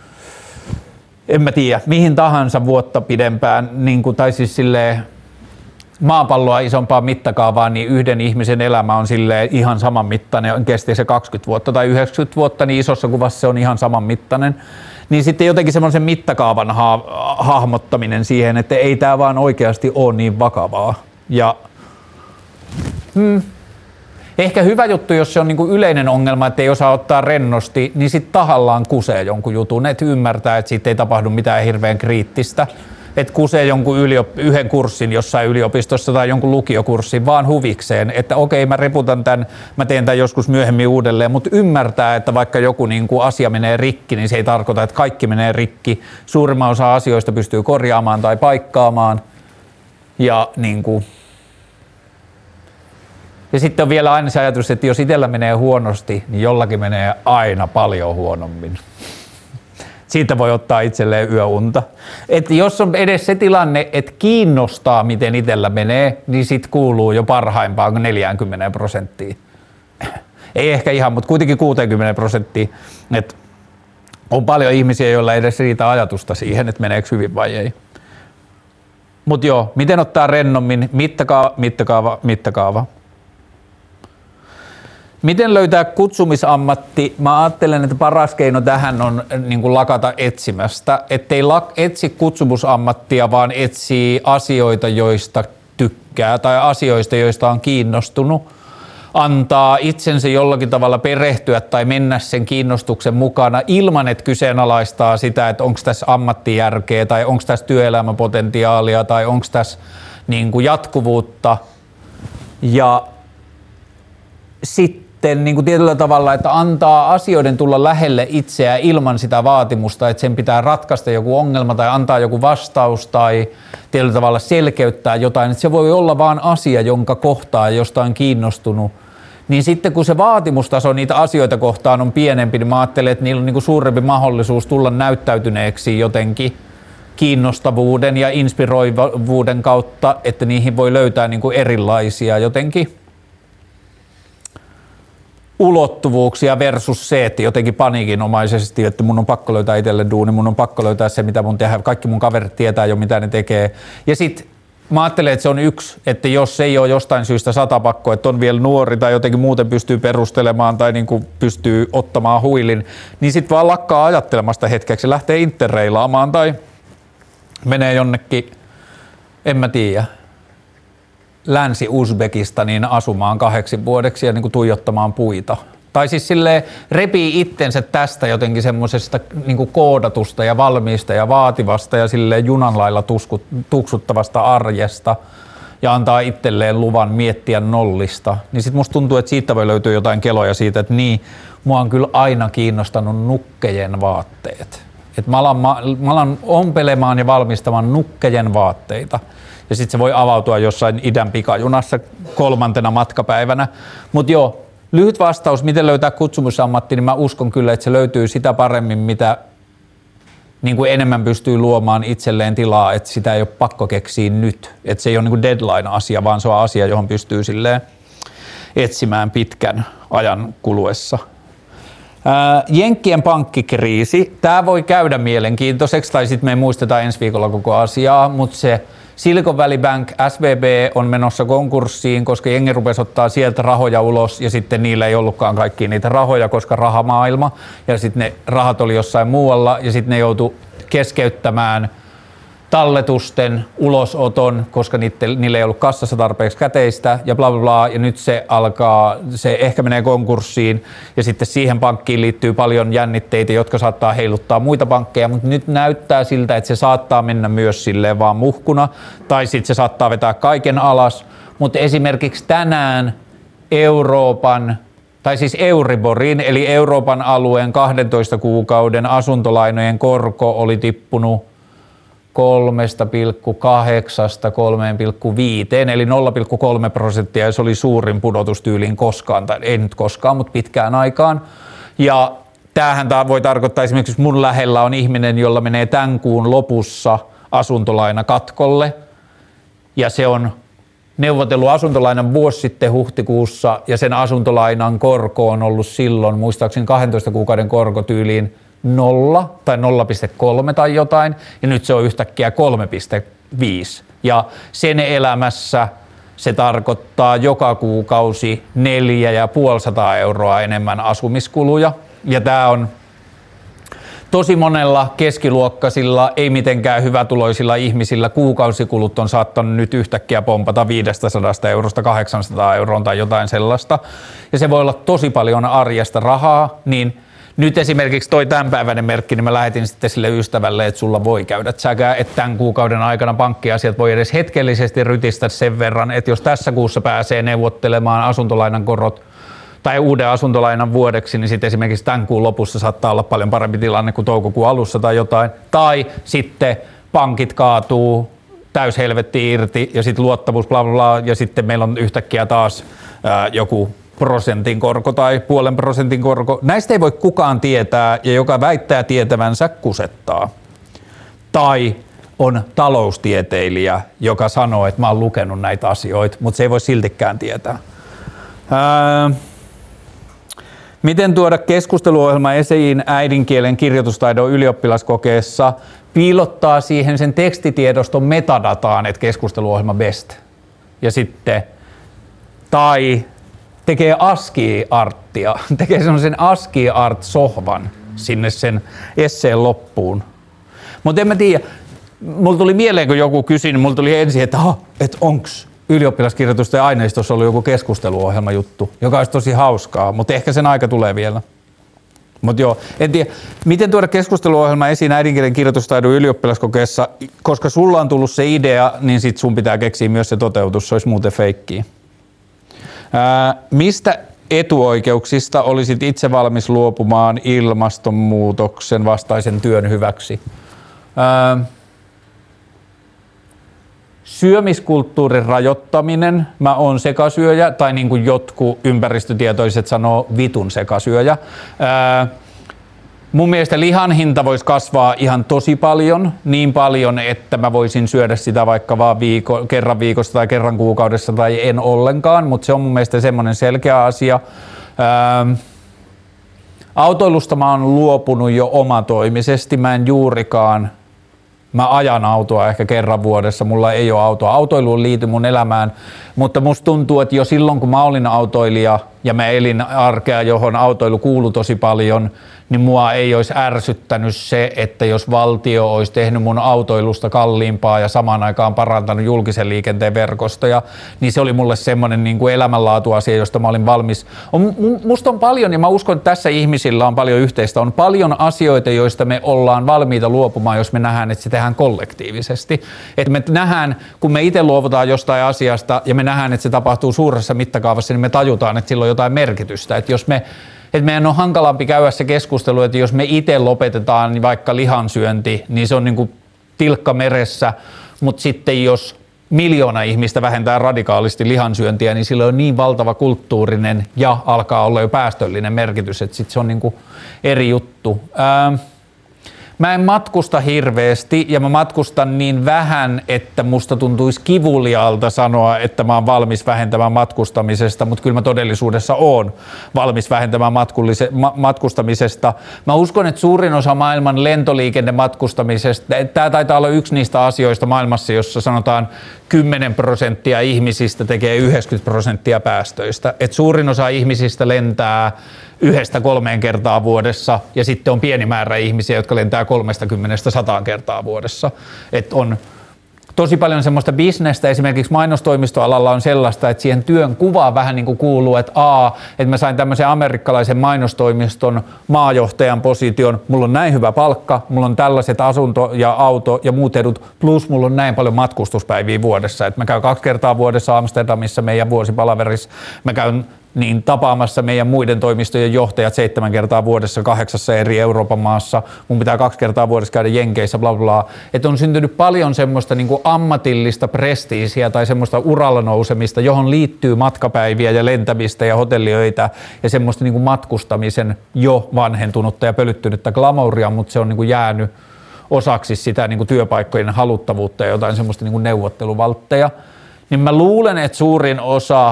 en mä tiedä, mihin tahansa vuotta pidempään, niin kuin, tai siis silleen maapalloa isompaa mittakaavaa, niin yhden ihmisen elämä on silleen ihan saman mittainen, kesti se kaksikymmentä vuotta tai yhdeksänkymmentä vuotta, niin isossa kuvassa se on ihan saman mittainen. Niin sitten jotenkin semmoisen mittakaavan ha- hahmottaminen siihen, että ei tää vaan oikeasti ole niin vakavaa. Ja hmm, ehkä hyvä juttu, jos se on niinku yleinen ongelma, että ei osaa ottaa rennosti, niin sitten tahallaan kusee jonkun jutun, että ymmärtää, että siitä ei tapahdu mitään hirveän kriittistä. Että kusee jonkun yliop- yhden kurssin jossain yliopistossa tai jonkun lukiokurssin vaan huvikseen, että okei, mä reputan tämän, mä teen tämän joskus myöhemmin uudelleen, mutta ymmärtää, että vaikka joku niin kuin asia menee rikki, niin se ei tarkoita, että kaikki menee rikki. Suurimman osa asioista pystyy korjaamaan tai paikkaamaan. Ja, niin kuin. ja sitten on vielä aina se ajatus, että jos itsellä menee huonosti, niin jollakin menee aina paljon huonommin. Siitä voi ottaa itselleen yöunta. Et jos on edes se tilanne, että kiinnostaa miten itsellä menee, niin sit kuuluu jo parhaimpaan neljäkymmentä prosenttia. Ei ehkä ihan, mutta kuitenkin kuusikymmentä prosenttia. Et on paljon ihmisiä, joilla ei edes riitä ajatusta siihen, että meneekö hyvin vai ei. Mutta joo, miten ottaa rennommin? Mittakaava, mittakaava, mittakaava. Miten löytää kutsumisammatti? Mä ajattelen, että paras keino tähän on niin kuin lakata etsimästä. Ettei lak- etsi kutsumusammattia, vaan etsii asioita, joista tykkää tai asioista, joista on kiinnostunut. antaa itsensä jollakin tavalla perehtyä tai mennä sen kiinnostuksen mukana ilman, että kyseenalaistaa sitä, että onko tässä ammattijärkeä tai onko tässä työelämäpotentiaalia tai onko tässä niin kuin jatkuvuutta. Ja sitten niin kuin tietyllä tavalla, että antaa asioiden tulla lähelle itseä ilman sitä vaatimusta, että sen pitää ratkaista joku ongelma tai antaa joku vastaus tai tietyllä tavalla selkeyttää jotain, että se voi olla vaan asia, jonka kohtaa jostain kiinnostunut. Niin sitten kun se vaatimustaso niitä asioita kohtaan on pienempi, niin mä ajattelen, että niillä on niin kuin suurempi mahdollisuus tulla näyttäytyneeksi jotenkin kiinnostavuuden ja inspiroivuuden kautta, että niihin voi löytää niin kuin erilaisia jotenkin ulottuvuuksia versus se, että jotenkin paniikinomaisesti, että mun on pakko löytää itselle duuni, mun on pakko löytää se, mitä mun tehdään. Kaikki mun kaverit tietää jo, mitä ne tekee. Ja sit mä ajattelen, että se on yksi, että jos ei ole jostain syystä satapakko, että on vielä nuori tai jotenkin muuten pystyy perustelemaan tai niin kuin pystyy ottamaan huilin, niin sit vaan lakkaa ajattelemasta hetkeksi, lähtee interreilaamaan tai menee jonnekin, en mä tiedä, Länsi-Uzbekistaniin asumaan kahdeksi vuodeksi ja niin kuin tuijottamaan puita. Tai siis silleen repii itsensä tästä jotenkin semmoisesta niin kuin koodatusta ja valmiista ja vaativasta ja silleen junan lailla tuskut, tuksuttavasta arjesta ja antaa itselleen luvan miettiä nollista. Niin sit musta tuntuu, että siitä voi löytyä jotain keloja siitä, että niin, mua on kyllä aina kiinnostanut nukkejen vaatteet. Että mä alan, mä alan ompelemaan ja valmistamaan nukkejen vaatteita. Ja sitten se voi avautua jossain idän pikajunassa kolmantena matkapäivänä. Mutta joo, lyhyt vastaus, miten löytää kutsumusammatti, niin mä uskon kyllä, että se löytyy sitä paremmin, mitä niin kuin enemmän pystyy luomaan itselleen tilaa, että sitä ei ole pakko keksiä nyt. Että se ei ole niin kuin deadline-asia, vaan se on asia, johon pystyy silleen etsimään pitkän ajan kuluessa. Ää, Jenkkien pankkikriisi, tämä voi käydä mielenkiintoiseksi, tai sitten me muistetaan ensi viikolla koko asiaa, mutta se Silicon Valley Bank, S V B, on menossa konkurssiin, koska jengi rupesi ottaa sieltä rahoja ulos ja sitten niillä ei ollutkaan kaikkia niitä rahoja, koska rahamaailma ja sitten ne rahat oli jossain muualla ja sitten ne joutui keskeyttämään talletusten ulosoton, koska niille, niille ei ollut kassassa tarpeeksi käteistä ja bla bla bla, ja nyt se alkaa, se ehkä menee konkurssiin ja sitten siihen pankkiin liittyy paljon jännitteitä, jotka saattaa heiluttaa muita pankkeja, mutta nyt näyttää siltä, että se saattaa mennä myös silleen vaan muhkuna tai sitten se saattaa vetää kaiken alas, mutta esimerkiksi tänään Euroopan tai siis Euriborin eli Euroopan alueen kahdentoista kuukauden asuntolainojen korko oli tippunut kolmesta pilkku kahdeksasta kolmeen pilkku viiteen eli nolla pilkku kolme prosenttia ja se oli suurin pudotus tyyliin koskaan, tai ei nyt koskaan, mutta pitkään aikaan. Ja tämähän voi tarkoittaa esimerkiksi, jos mun lähellä on ihminen, jolla menee tämän kuun lopussa asuntolaina katkolle ja se on neuvotellut asuntolainan vuosi sitten huhtikuussa ja sen asuntolainan korko on ollut silloin muistaakseni kahdentoista kuukauden korko tyyliin nolla tai nolla pilkku kolme tai jotain, ja nyt se on yhtäkkiä kolme pilkku viisi. Ja sen elämässä se tarkoittaa joka kuukausi neljä ja puolisataa euroa enemmän asumiskuluja. Ja tämä on tosi monella keskiluokkaisilla, ei mitenkään hyvätuloisilla ihmisillä kuukausikulut on saattanut nyt yhtäkkiä pompata viisisataa eurosta kahdeksansataa euroon tai jotain sellaista. Ja se voi olla tosi paljon arjesta rahaa, niin nyt esimerkiksi toi tämänpäiväinen merkki, niin mä lähetin sitten sille ystävälle, että sulla voi käydä säkää, että tämän kuukauden aikana pankkiasiat voi edes hetkellisesti rytistä sen verran, että jos tässä kuussa pääsee neuvottelemaan asuntolainan korot tai uuden asuntolainan vuodeksi, niin sitten esimerkiksi tämän kuun lopussa saattaa olla paljon parempi tilanne kuin toukokuun alussa tai jotain. Tai sitten pankit kaatuu täys helvetti irti ja sitten luottamus bla bla bla ja sitten meillä on yhtäkkiä taas ää, joku prosentin korko tai puolen prosentin korko. Näistä ei voi kukaan tietää ja joka väittää tietävänsä kusettaa. Tai on taloustieteilijä, joka sanoo, että mä oon lukenut näitä asioita, mutta se ei voi siltikään tietää. Ää, miten tuoda keskusteluohjelma esiin äidinkielen kirjoitustaidon ylioppilaskokeessa? Piilottaa siihen sen tekstitiedoston metadataan, että keskusteluohjelma best. Ja sitten, tai tekee ASCII-arttia, tekee semmoisen ASCII-art-sohvan sinne sen esseen loppuun. Mutta en mä tiedä, mulla tuli mieleen, kun joku kysyi, niin mulla tuli ensin, että, että onks, ylioppilaskirjoitusten aineistossa oli joku keskusteluohjelmajuttu, joka olisi tosi hauskaa, mutta ehkä sen aika tulee vielä. Mutta joo, en tiedä, miten tuoda keskusteluohjelma esiin äidinkielen kirjoitustaidon ylioppilaskokeessa, koska sulla on tullut se idea, niin sit sun pitää keksiä myös se toteutus, se olisi muuten feikkiä. Ää, mistä etuoikeuksista olisit itse valmis luopumaan ilmastonmuutoksen vastaisen työn hyväksi? Ää, syömiskulttuurin rajoittaminen, mä oon sekasyöjä, tai niin kuin jotkut ympäristötietoiset sanoo, vitun sekasyöjä. Ää, mun mielestä lihan hinta voisi kasvaa ihan tosi paljon, niin paljon, että mä voisin syödä sitä vaikka vaan viiko, kerran viikossa tai kerran kuukaudessa tai en ollenkaan, mutta se on mun mielestä semmoinen selkeä asia. Ää, autoilusta mä oon luopunut jo omatoimisesti, mä en juurikaan Mä ajan autoa ehkä kerran vuodessa, mulla ei ole autoa. Autoiluun liity mun elämään, mutta musta tuntuu, että jo silloin kun mä olin autoilija ja mä elin arkea, johon autoilu kuului tosi paljon, niin mua ei olisi ärsyttänyt se, että jos valtio olisi tehnyt mun autoilusta kalliimpaa ja samaan aikaan parantanut julkisen liikenteen verkostoja, niin se oli mulle semmoinen niin kuin elämänlaatuasia, josta mä olin valmis. On, musta on paljon, ja mä uskon, että tässä ihmisillä on paljon yhteistä, on paljon asioita, joista me ollaan valmiita luopumaan, jos me nähdään, että se tehdään kollektiivisesti. Että me nähdään, kun me itse luovutaan jostain asiasta ja me nähdään, että se tapahtuu suuressa mittakaavassa, niin me tajutaan, että sillä on jotain merkitystä. Että jos me Että meidän on hankalampi käydä se keskustelu, että jos me itse lopetetaan niin vaikka lihansyönti, niin se on niin kuin tilkka meressä, mutta sitten jos miljoona ihmistä vähentää radikaalisti lihansyöntiä, niin sillä on niin valtava kulttuurinen ja alkaa olla jo päästöllinen merkitys, että sitten se on niin kuin eri juttu. Ää, Mä en matkusta hirveästi ja mä matkustan niin vähän, että musta tuntuisi kivuliaalta sanoa, että mä oon valmis vähentämään matkustamisesta, mutta kyllä mä todellisuudessa oon valmis vähentämään ma- matkustamisesta. Mä uskon, että suurin osa maailman lentoliikennematkustamisesta, tää taitaa olla yksi niistä asioista maailmassa, jossa sanotaan kymmenen prosenttia ihmisistä tekee yhdeksänkymmentä prosenttia päästöistä. Et suurin osa ihmisistä lentää yhdestä kolmeen kertaa vuodessa ja sitten on pieni määrä ihmisiä, jotka lentää kolmestakymmenestä sataan kertaa vuodessa. Et on tosi paljon semmoista bisnestä, esimerkiksi mainostoimistoalalla on sellaista, että siihen työn kuvaan vähän niin kuin kuuluu, että a, että mä sain tämmöisen amerikkalaisen mainostoimiston maajohtajan position, mulla on näin hyvä palkka, mulla on tällaiset asunto ja auto ja muut edut, plus mulla on näin paljon matkustuspäiviä vuodessa, että mä käyn kaksi kertaa vuodessa Amsterdamissa meidän vuosipalaverissa, mä käyn niin tapaamassa meidän muiden toimistojen johtajat seitsemän kertaa vuodessa kahdeksassa eri Euroopan maassa, mun pitää kaksi kertaa vuodessa käydä Jenkeissä, bla bla, että on syntynyt paljon semmoista niin kuin ammatillista prestiisiä tai semmoista uralla nousemista, johon liittyy matkapäiviä ja lentämistä ja hotelliöitä ja semmoista niin kuin matkustamisen jo vanhentunutta ja pölyttynyttä glamouria, mutta se on niin kuin jäänyt osaksi sitä niin kuin työpaikkojen haluttavuutta ja jotain semmoista niin kuin neuvotteluvaltteja, niin mä luulen, että suurin osa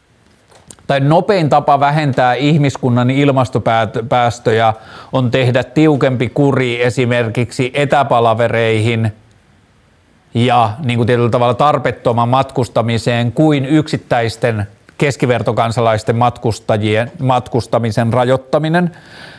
tai nopein tapa vähentää ihmiskunnan ilmastopäästöjä on tehdä tiukempi kuri esimerkiksi etäpalavereihin ja niin kuin tietyllä tavalla tarpeettoman matkustamiseen kuin yksittäisten keskivertokansalaisten matkustajien matkustamisen rajoittaminen.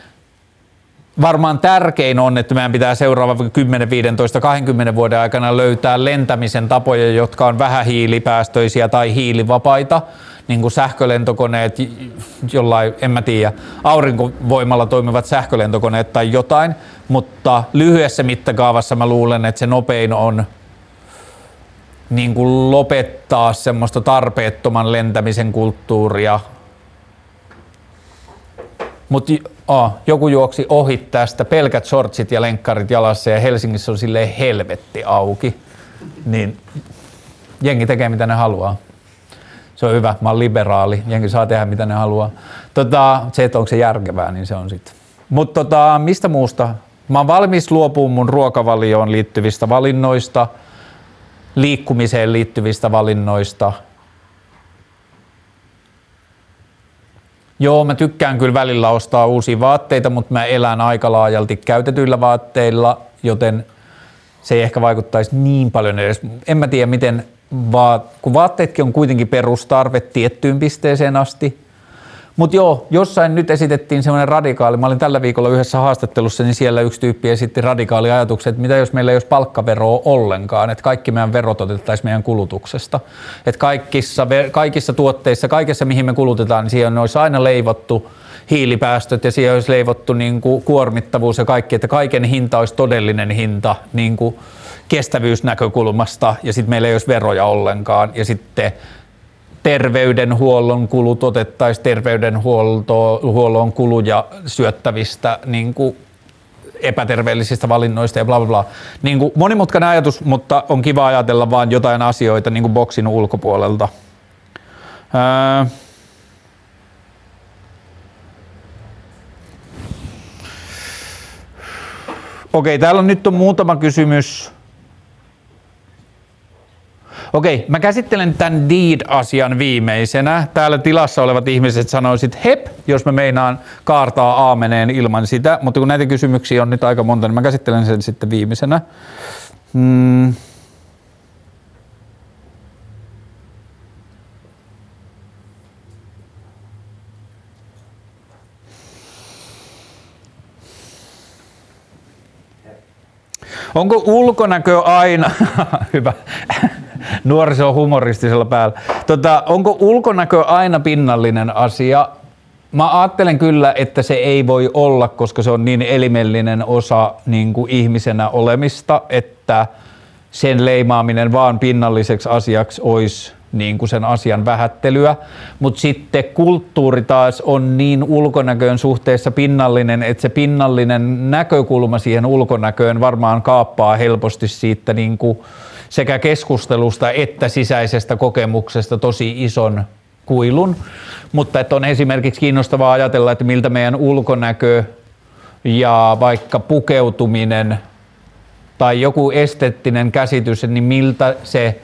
Varmaan tärkein on, että meidän pitää seuraavan kymmenen, viisitoista, kaksikymmentä vuoden aikana löytää lentämisen tapoja, jotka on vähähiilipäästöisiä tai hiilivapaita, niin kuin sähkölentokoneet, jollain, en mä tiedä, aurinkovoimalla toimivat sähkölentokoneet tai jotain, mutta lyhyessä mittakaavassa mä luulen, että se nopein on niin kuin lopettaa semmoista tarpeettoman lentämisen kulttuuria. Mutta oh, joku juoksi ohi tästä, pelkät shortsit ja lenkkarit jalassa ja Helsingissä on silleen helvetti auki, niin jengi tekee mitä ne haluaa. Se on hyvä, mä oon liberaali, jengi saa tehdä mitä ne haluaa. Tota, se, että onko se järkevää, niin se on sitten. Mutta tota, mistä muusta? Mä oon valmis luopumaan mun ruokavalioon liittyvistä valinnoista, liikkumiseen liittyvistä valinnoista. Joo, mä tykkään kyllä välillä ostaa uusia vaatteita, mutta mä elän aika laajalti käytetyillä vaatteilla, joten se ei ehkä vaikuttaisi niin paljon edes. En mä tiedä, miten, vaat- kun vaatteetkin on kuitenkin perustarve tiettyyn pisteeseen asti, Mutta joo, jossain nyt esitettiin semmoinen radikaali, mä olin tällä viikolla yhdessä haastattelussa, niin siellä yksi tyyppi esitti radikaali ajatuksen, että mitä jos meillä ei olisi palkkaveroa ollenkaan, että kaikki meidän verot otettaisiin meidän kulutuksesta. Että kaikissa, kaikissa tuotteissa, kaikessa mihin me kulutetaan, niin siihen olisi aina leivottu hiilipäästöt ja siihen olisi leivottu niin kuin kuormittavuus ja kaikki, että kaiken hinta olisi todellinen hinta niin kuin kestävyysnäkökulmasta ja sitten meillä ei olisi veroja ollenkaan ja sitten terveydenhuollon kulut otettaisiin terveydenhuollon kuluja syöttävistä niin kuin epäterveellisistä valinnoista ja bla bla bla. Niin kuin monimutkainen ajatus, mutta on kiva ajatella vaan jotain asioita niin kuin boksin ulkopuolelta. Ää... Okei, täällä on nyt on muutama kysymys. Okei, mä käsittelen tämän deed-asian viimeisenä. Täällä tilassa olevat ihmiset sanoisit hep, jos mä meinaan kaartaa aameneen ilman sitä, mutta kun näitä kysymyksiä on nyt aika monta, niin mä käsittelen sen sitten viimeisenä. Hmm. Onko ulkonäkö aina, hyvä, nuoriso humoristisella päällä, tota, onko ulkonäkö aina pinnallinen asia? Mä ajattelen kyllä, että se ei voi olla, koska se on niin elimellinen osa niin kuin ihmisenä olemista, että sen leimaaminen vaan pinnalliseksi asiaksi olisi niin kuin sen asian vähättelyä, mutta sitten kulttuuri taas on niin ulkonäköön suhteessa pinnallinen, että se pinnallinen näkökulma siihen ulkonäköön varmaan kaappaa helposti siitä niin kuin sekä keskustelusta että sisäisestä kokemuksesta tosi ison kuilun, mutta että on esimerkiksi kiinnostavaa ajatella, että miltä meidän ulkonäkö ja vaikka pukeutuminen tai joku esteettinen käsitys, niin miltä se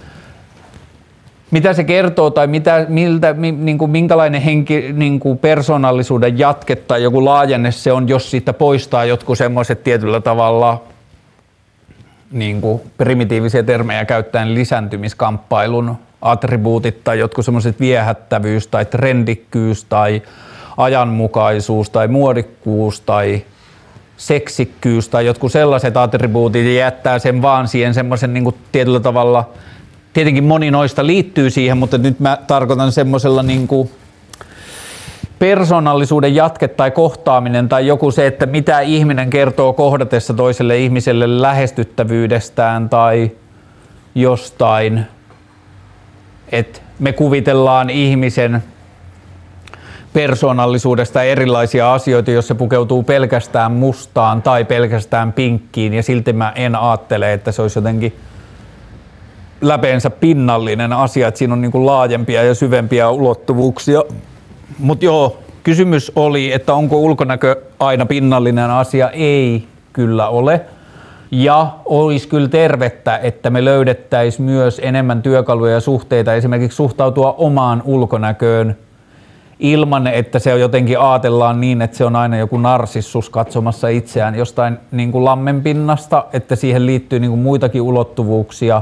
mitä se kertoo tai mitä, miltä, mi, niin kuin, minkälainen henki, niin kuin persoonallisuuden jatke tai joku laajenne se on, jos siitä poistaa jotkut semmoiset tietyllä tavalla niin kuin primitiivisiä termejä käyttäen lisääntymiskamppailun attribuutit tai jotkut semmoiset viehättävyys tai trendikkyys tai ajanmukaisuus tai muodikkuus tai seksikkyys tai jotkut sellaiset attribuutit ja jättää sen vaan siihen semmoisen niin kuin tietyllä tavalla. Tietenkin moni noista liittyy siihen, mutta nyt mä tarkoitan semmoisella niin kuin persoonallisuuden jatke tai kohtaaminen tai joku se, että mitä ihminen kertoo kohdatessa toiselle ihmiselle lähestyttävyydestään tai jostain, että me kuvitellaan ihmisen persoonallisuudesta erilaisia asioita, jos se pukeutuu pelkästään mustaan tai pelkästään pinkkiin ja silti mä en ajattele, että se olisi jotenkin läpeensä pinnallinen asia, että siinä on niin kuin laajempia ja syvempiä ulottuvuuksia. Mutta joo, kysymys oli, että onko ulkonäkö aina pinnallinen asia? Ei kyllä ole. Ja olisi kyllä tervettä, että me löydettäisiin myös enemmän työkaluja ja suhteita esimerkiksi suhtautua omaan ulkonäköön ilman, että se jotenkin ajatellaan niin, että se on aina joku narsissus katsomassa itseään jostain niin kuin lammenpinnasta, että siihen liittyy niin kuin muitakin ulottuvuuksia.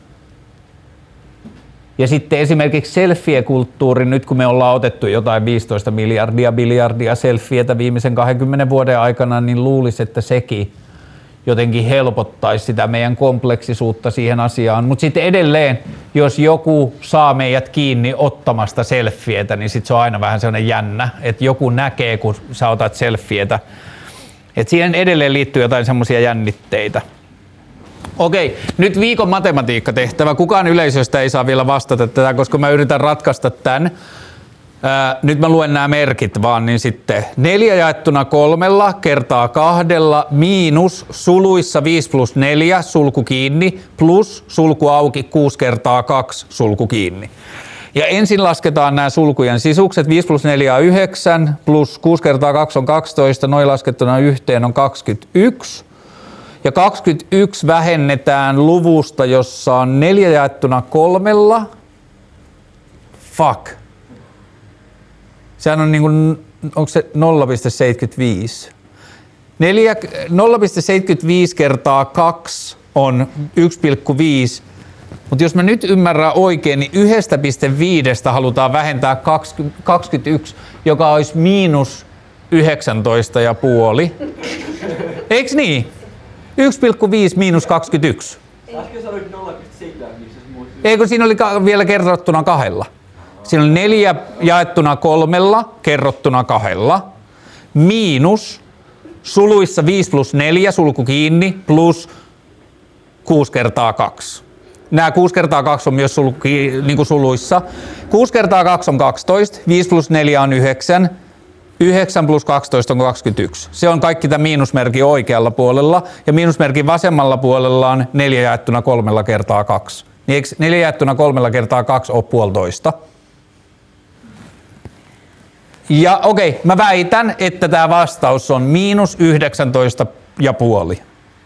Ja sitten esimerkiksi selfie-kulttuuri, nyt kun me ollaan otettu jotain viisitoista miljardia, biljardia selfietä viimeisen kahdenkymmenen vuoden aikana, niin luulisi, että sekin jotenkin helpottaisi sitä meidän kompleksisuutta siihen asiaan. Mutta sitten edelleen, jos joku saa meidät kiinni ottamasta selfietä, niin sitten se on aina vähän sellainen jännä, että joku näkee, kun sä otat selfietä. Että siihen edelleen liittyy jotain semmoisia jännitteitä. Okei, nyt viikon matematiikkatehtävä. Kukaan yleisöstä ei saa vielä vastata tätä, koska mä yritän ratkaista tämän. Ää, nyt mä luen nämä merkit vaan, niin sitten neljä jaettuna kolmella kertaa kahdella miinus suluissa viisi plus neljä sulku kiinni plus sulku auki kuusi kertaa kaksi sulku kiinni. Ja ensin lasketaan nämä sulkujen sisukset. viisi plus neljä on yhdeksän plus kuusi kertaa kaksi on kaksitoista, noin laskettuna yhteen on kaksikymmentäyksi. Ja kaksikymmentäyksi vähennetään luvusta, jossa on neljä jaettuna kolmella. Fuck. Sehän on niinku, onko se nolla pilkku seitsemänkymmentäviisi? nolla pilkku seitsemänkymmentäviisi kertaa kaksi on yksi pilkku viisi Mutta jos mä nyt ymmärrän oikein, niin yhdestä pilkku viidestä halutaan vähentää kaksikymmentäyksi, joka olisi miinus yhdeksäntoista pilkku viisi. Eiks niin? yksi pilkku viisi miinus kaksikymmentäyksi. Äsken sanoit nolla pilkku seitsemän, missä se muut... Eikö siinä oli ka- vielä kerrottuna kahdella? Siinä oli neljä jaettuna kolmella, kerrottuna kahdella, miinus suluissa viisi plus neljä, sulku kiinni, plus kuusi kertaa kaksi. Nämä kuusi kertaa kaksi on myös sulku, niin kuin suluissa. kuusi kertaa kaksi on kaksitoista, viisi plus neljä on yhdeksän, yhdeksän plus kaksitoista on kaksikymmentäyksi. Se on kaikki tämä miinusmerkin oikealla puolella ja miinusmerkin vasemmalla puolella on neljä jaettuna kolmella kertaa kaksi. Niin eikö neljä jaettuna kolmella kertaa kaksi ole puolitoista? Ja okei, okay, mä väitän, että tämä vastaus on miinus yhdeksäntoista ja puoli.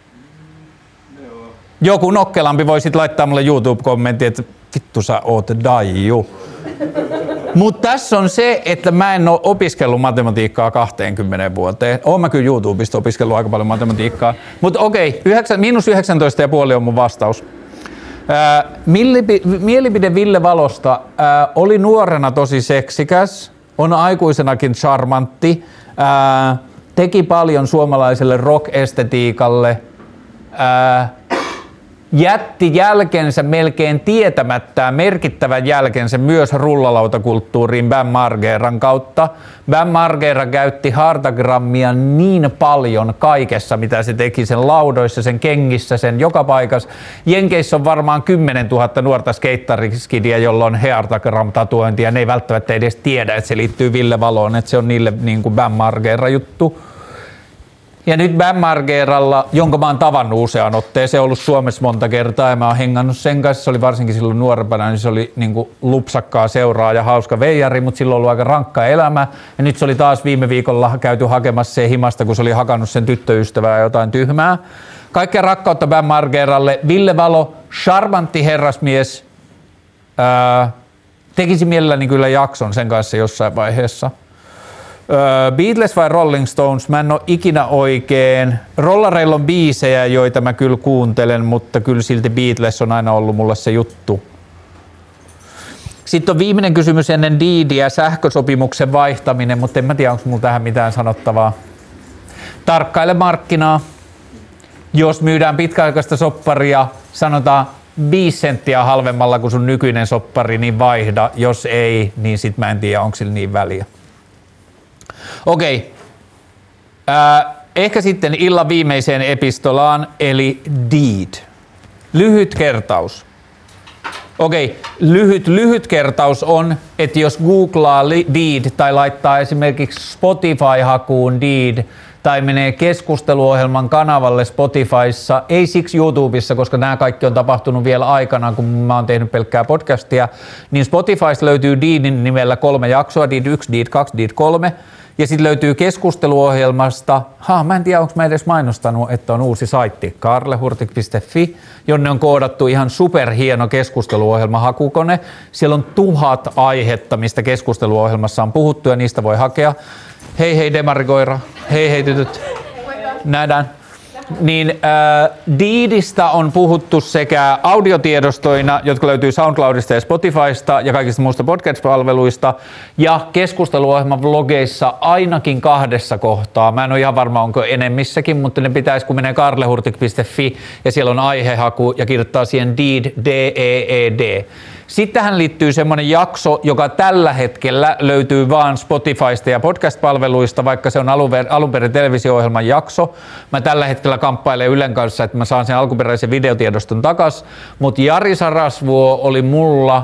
Joku nokkelampi voi sit laittaa mulle YouTube-kommentti, että vittu sä oot daiju. Mutta tässä on se, että mä en oo opiskellut matematiikkaa kaksikymmentä vuoteen. Oon mä kyllä YouTubesta opiskellut aika paljon matematiikkaa. Mutta okei, okay, miinus yhdeksäntoista ja puoli on mun vastaus. Ää, millipi, mielipide Ville Valosta. Ää, oli nuorena tosi seksikäs, on aikuisenakin charmantti, ää, teki paljon suomalaiselle rock-estetiikalle, ää, jätti jälkensä melkein tietämättään merkittävän jälkensä myös rullalautakulttuuriin Bam Margeran kautta. Bam Margera käytti hartagrammia niin paljon kaikessa, mitä se teki sen laudoissa, sen kengissä, sen joka paikassa. Jenkeissä on varmaan kymmenen tuhatta nuorta skeittariskidia, jolla on hartagram-tatuointi ja ne ei välttämättä edes tiedä, että se liittyy Ville Valoon, että se on niille niin kuin Bam Margera juttu. Ja nyt Bam Margeralla, jonka mä oon tavannut useaan otteeseen, ollut Suomessa monta kertaa ja mä oon hengannut sen kanssa, se oli varsinkin silloin nuorempana, niin se oli niin kuin lupsakkaa seuraa ja hauska veijari, mutta silloin on ollut aika rankka elämä. Ja nyt se oli taas viime viikolla käyty hakemassa se himasta, kun se oli hakannut sen tyttöystävää ja jotain tyhmää. Kaikkea rakkautta Bam Margeralle. Ville Valo, charmantti herrasmies. Ää, tekisi mielelläni kyllä jakson sen kanssa jossain vaiheessa. Beatles vai Rolling Stones? Mä en oo ikinä oikein. Rollareilla on biisejä, joita mä kyllä kuuntelen, mutta kyllä silti Beatles on aina ollut mulle se juttu. Sitten on viimeinen kysymys ennen Deedia, sähkösopimuksen vaihtaminen, mutta en mä tiedä, onko mulla tähän mitään sanottavaa. Tarkkaile markkinaa. Jos myydään pitkäaikaista sopparia, sanotaan viisi senttiä halvemmalla kuin sun nykyinen soppari, niin vaihda. Jos ei, niin sit mä en tiedä, onko sillä niin väliä. Okei, äh, ehkä sitten illan viimeiseen epistolaan, eli Deed. Lyhyt kertaus. Okei, lyhyt, lyhyt kertaus on, että jos googlaa Deed tai laittaa esimerkiksi Spotify-hakuun Deed tai menee keskusteluohjelman kanavalle Spotifyssa, ei siksi YouTubessa, koska nämä kaikki on tapahtunut vielä aikana, kun mä oon tehnyt pelkkää podcastia, niin Spotifysta löytyy Deedin nimellä kolme jaksoa, Deed yksi, Deed kaksi, Deed kolme. Ja sitten löytyy keskusteluohjelmasta, ha, mä en tiedä onko mä edes mainostanut, että on uusi saitti, karlehurtik piste fi, jonne on koodattu ihan superhieno keskusteluohjelma hakukone. Siellä on tuhat aihetta, mistä keskusteluohjelmassa on puhuttu ja niistä voi hakea. Hei hei demarikoira, hei hei tytöt, nähdään. Niin äh, Deedistä on puhuttu sekä audiotiedostoina, jotka löytyy SoundCloudista ja Spotifysta ja kaikista muista podcast-palveluista, ja keskusteluohjelman vlogeissa ainakin kahdessa kohtaa. Mä en ole ihan varma, onko enemmissäkin, mutta ne pitäisi, kun menee karlehurtik piste fi ja siellä on aihehaku ja kirjoittaa siihen Deed, D E E D. Sitten tähän liittyy semmoinen jakso, joka tällä hetkellä löytyy vaan Spotifysta ja podcast-palveluista, vaikka se on alun perin televisio-ohjelman jakso. Mä tällä hetkellä kamppailen Ylen kanssa, että mä saan sen alkuperäisen videotiedoston takas, mutta Jari Sarasvuo oli mulla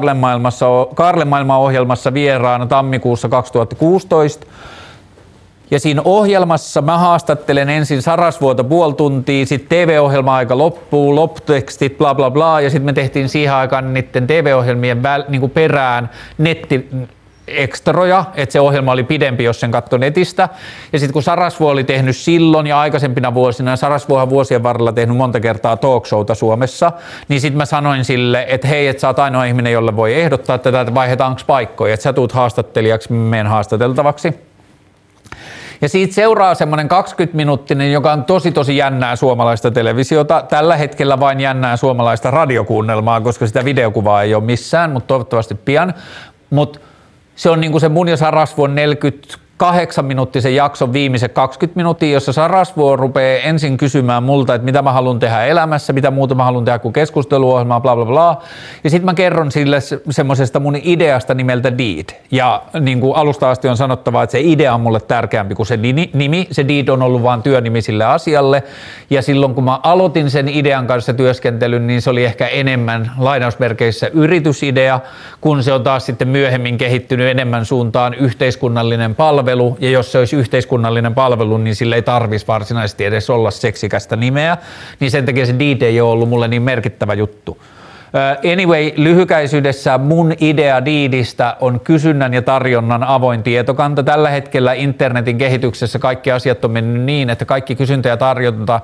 Kaarlemaailma-ohjelmassa vieraana tammikuussa kaksituhattakuusitoista. Ja siinä ohjelmassa mä haastattelen ensin Sarasvuota puoli tuntia, sitten T V-ohjelma-aika loppuu, lopputekstit, bla bla bla, ja sitten me tehtiin siihen aikaan niiden T V-ohjelmien väl, niin kuin perään netti-ekstroja, että se ohjelma oli pidempi, jos sen katsoi netistä. Ja sitten kun Sarasvuo oli tehnyt silloin ja aikaisempina vuosina, ja Sarasvuohan vuosien varrella tehnyt monta kertaa talkshowta Suomessa, niin sitten mä sanoin sille, että hei, että sä oot ainoa ihminen, jolle voi ehdottaa tätä, että vaihdetaanko paikkoja, että sä tuut haastattelijaksi, mä menen haastateltavaksi. Ja siitä seuraa semmoinen kaksikymmentä-minuuttinen, joka on tosi tosi jännää suomalaista televisiota. Tällä hetkellä vain jännää suomalaista radiokuunnelmaa, koska sitä videokuvaa ei ole missään, mutta toivottavasti pian. Mut se on niinku se Mun ja Sarasvuon neljäkymmentäkahdeksan minuuttisen jakson viimeiset kaksikymmentä minuuttia, jossa Sarasvuo rupeaa ensin kysymään multa, että mitä mä haluan tehdä elämässä, mitä muuta mä haluan tehdä kuin keskusteluohjelmaa, bla bla bla. Ja sitten mä kerron sille semmoisesta mun ideasta nimeltä Deed. Ja niin kuin alusta asti on sanottava, että se idea on mulle tärkeämpi kuin se nimi. Se Deed on ollut vaan työnimi sille asialle. Ja silloin kun mä aloitin sen idean kanssa työskentelyn, niin se oli ehkä enemmän lainausmerkeissä yritysidea, kun se on taas sitten myöhemmin kehittynyt enemmän suuntaan yhteiskunnallinen palvelu. Ja jos se olisi yhteiskunnallinen palvelu, niin sillä ei tarvitsisi varsinaisesti edes olla seksikästä nimeä, niin sen takia se Deed ei ole ollut mulle niin merkittävä juttu. Anyway, lyhykäisyydessä mun idea Deedistä on kysynnän ja tarjonnan avoin tietokanta. Tällä hetkellä internetin kehityksessä kaikki asiat on mennyt niin, että kaikki kysyntä ja tarjonta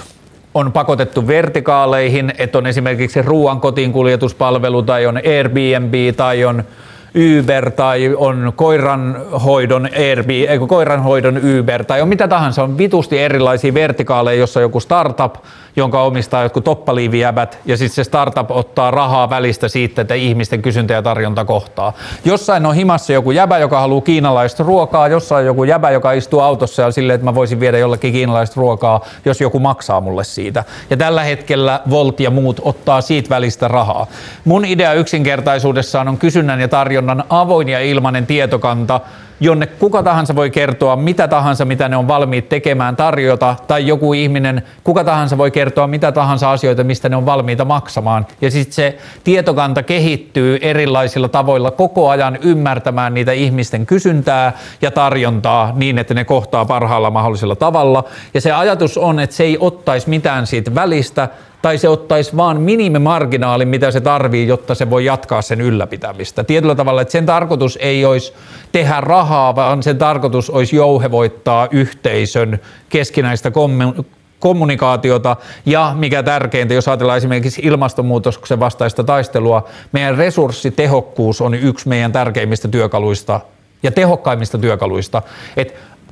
on pakotettu vertikaaleihin, että on esimerkiksi ruoan kotiinkuljetuspalvelu tai on Airbnb tai on Uber tai on koiranhoidon Airbnb, koiranhoidon Uber tai on mitä tahansa, on vitusti erilaisia vertikaaleja, jossa on joku startup, jonka omistaa jotkut toppaliivijäbät ja sitten se startup ottaa rahaa välistä siitä, että ihmisten kysyntä ja tarjonta kohtaa. Jossain on himassa joku jäbä, joka haluaa kiinalaista ruokaa, jossain joku jäbä, joka istuu autossa ja silleen, että mä voisin viedä jollekin kiinalaista ruokaa, jos joku maksaa mulle siitä. Ja tällä hetkellä Volt ja muut ottaa siitä välistä rahaa. Mun idea yksinkertaisuudessaan on kysynnän ja tarjonnan avoin ja ilmainen tietokanta, jonne kuka tahansa voi kertoa mitä tahansa, mitä ne on valmiit tekemään, tarjota, tai joku ihminen, kuka tahansa voi kertoa mitä tahansa asioita, mistä ne on valmiita maksamaan. Ja sitten se tietokanta kehittyy erilaisilla tavoilla koko ajan ymmärtämään niitä ihmisten kysyntää ja tarjontaa niin, että ne kohtaa parhaalla mahdollisella tavalla. Ja se ajatus on, että se ei ottaisi mitään siitä välistä, tai se ottaisi vaan minimimarginaalin, mitä se tarvii, jotta se voi jatkaa sen ylläpitämistä. Tietyllä tavalla, että sen tarkoitus ei olisi tehdä rahaa, vaan sen tarkoitus olisi jouhevoittaa yhteisön keskinäistä kommunikaatiota ja mikä tärkeintä, jos ajatellaan esimerkiksi ilmastonmuutoksen vastaista taistelua, meidän resurssitehokkuus on yksi meidän tärkeimmistä työkaluista ja tehokkaimmista työkaluista. Et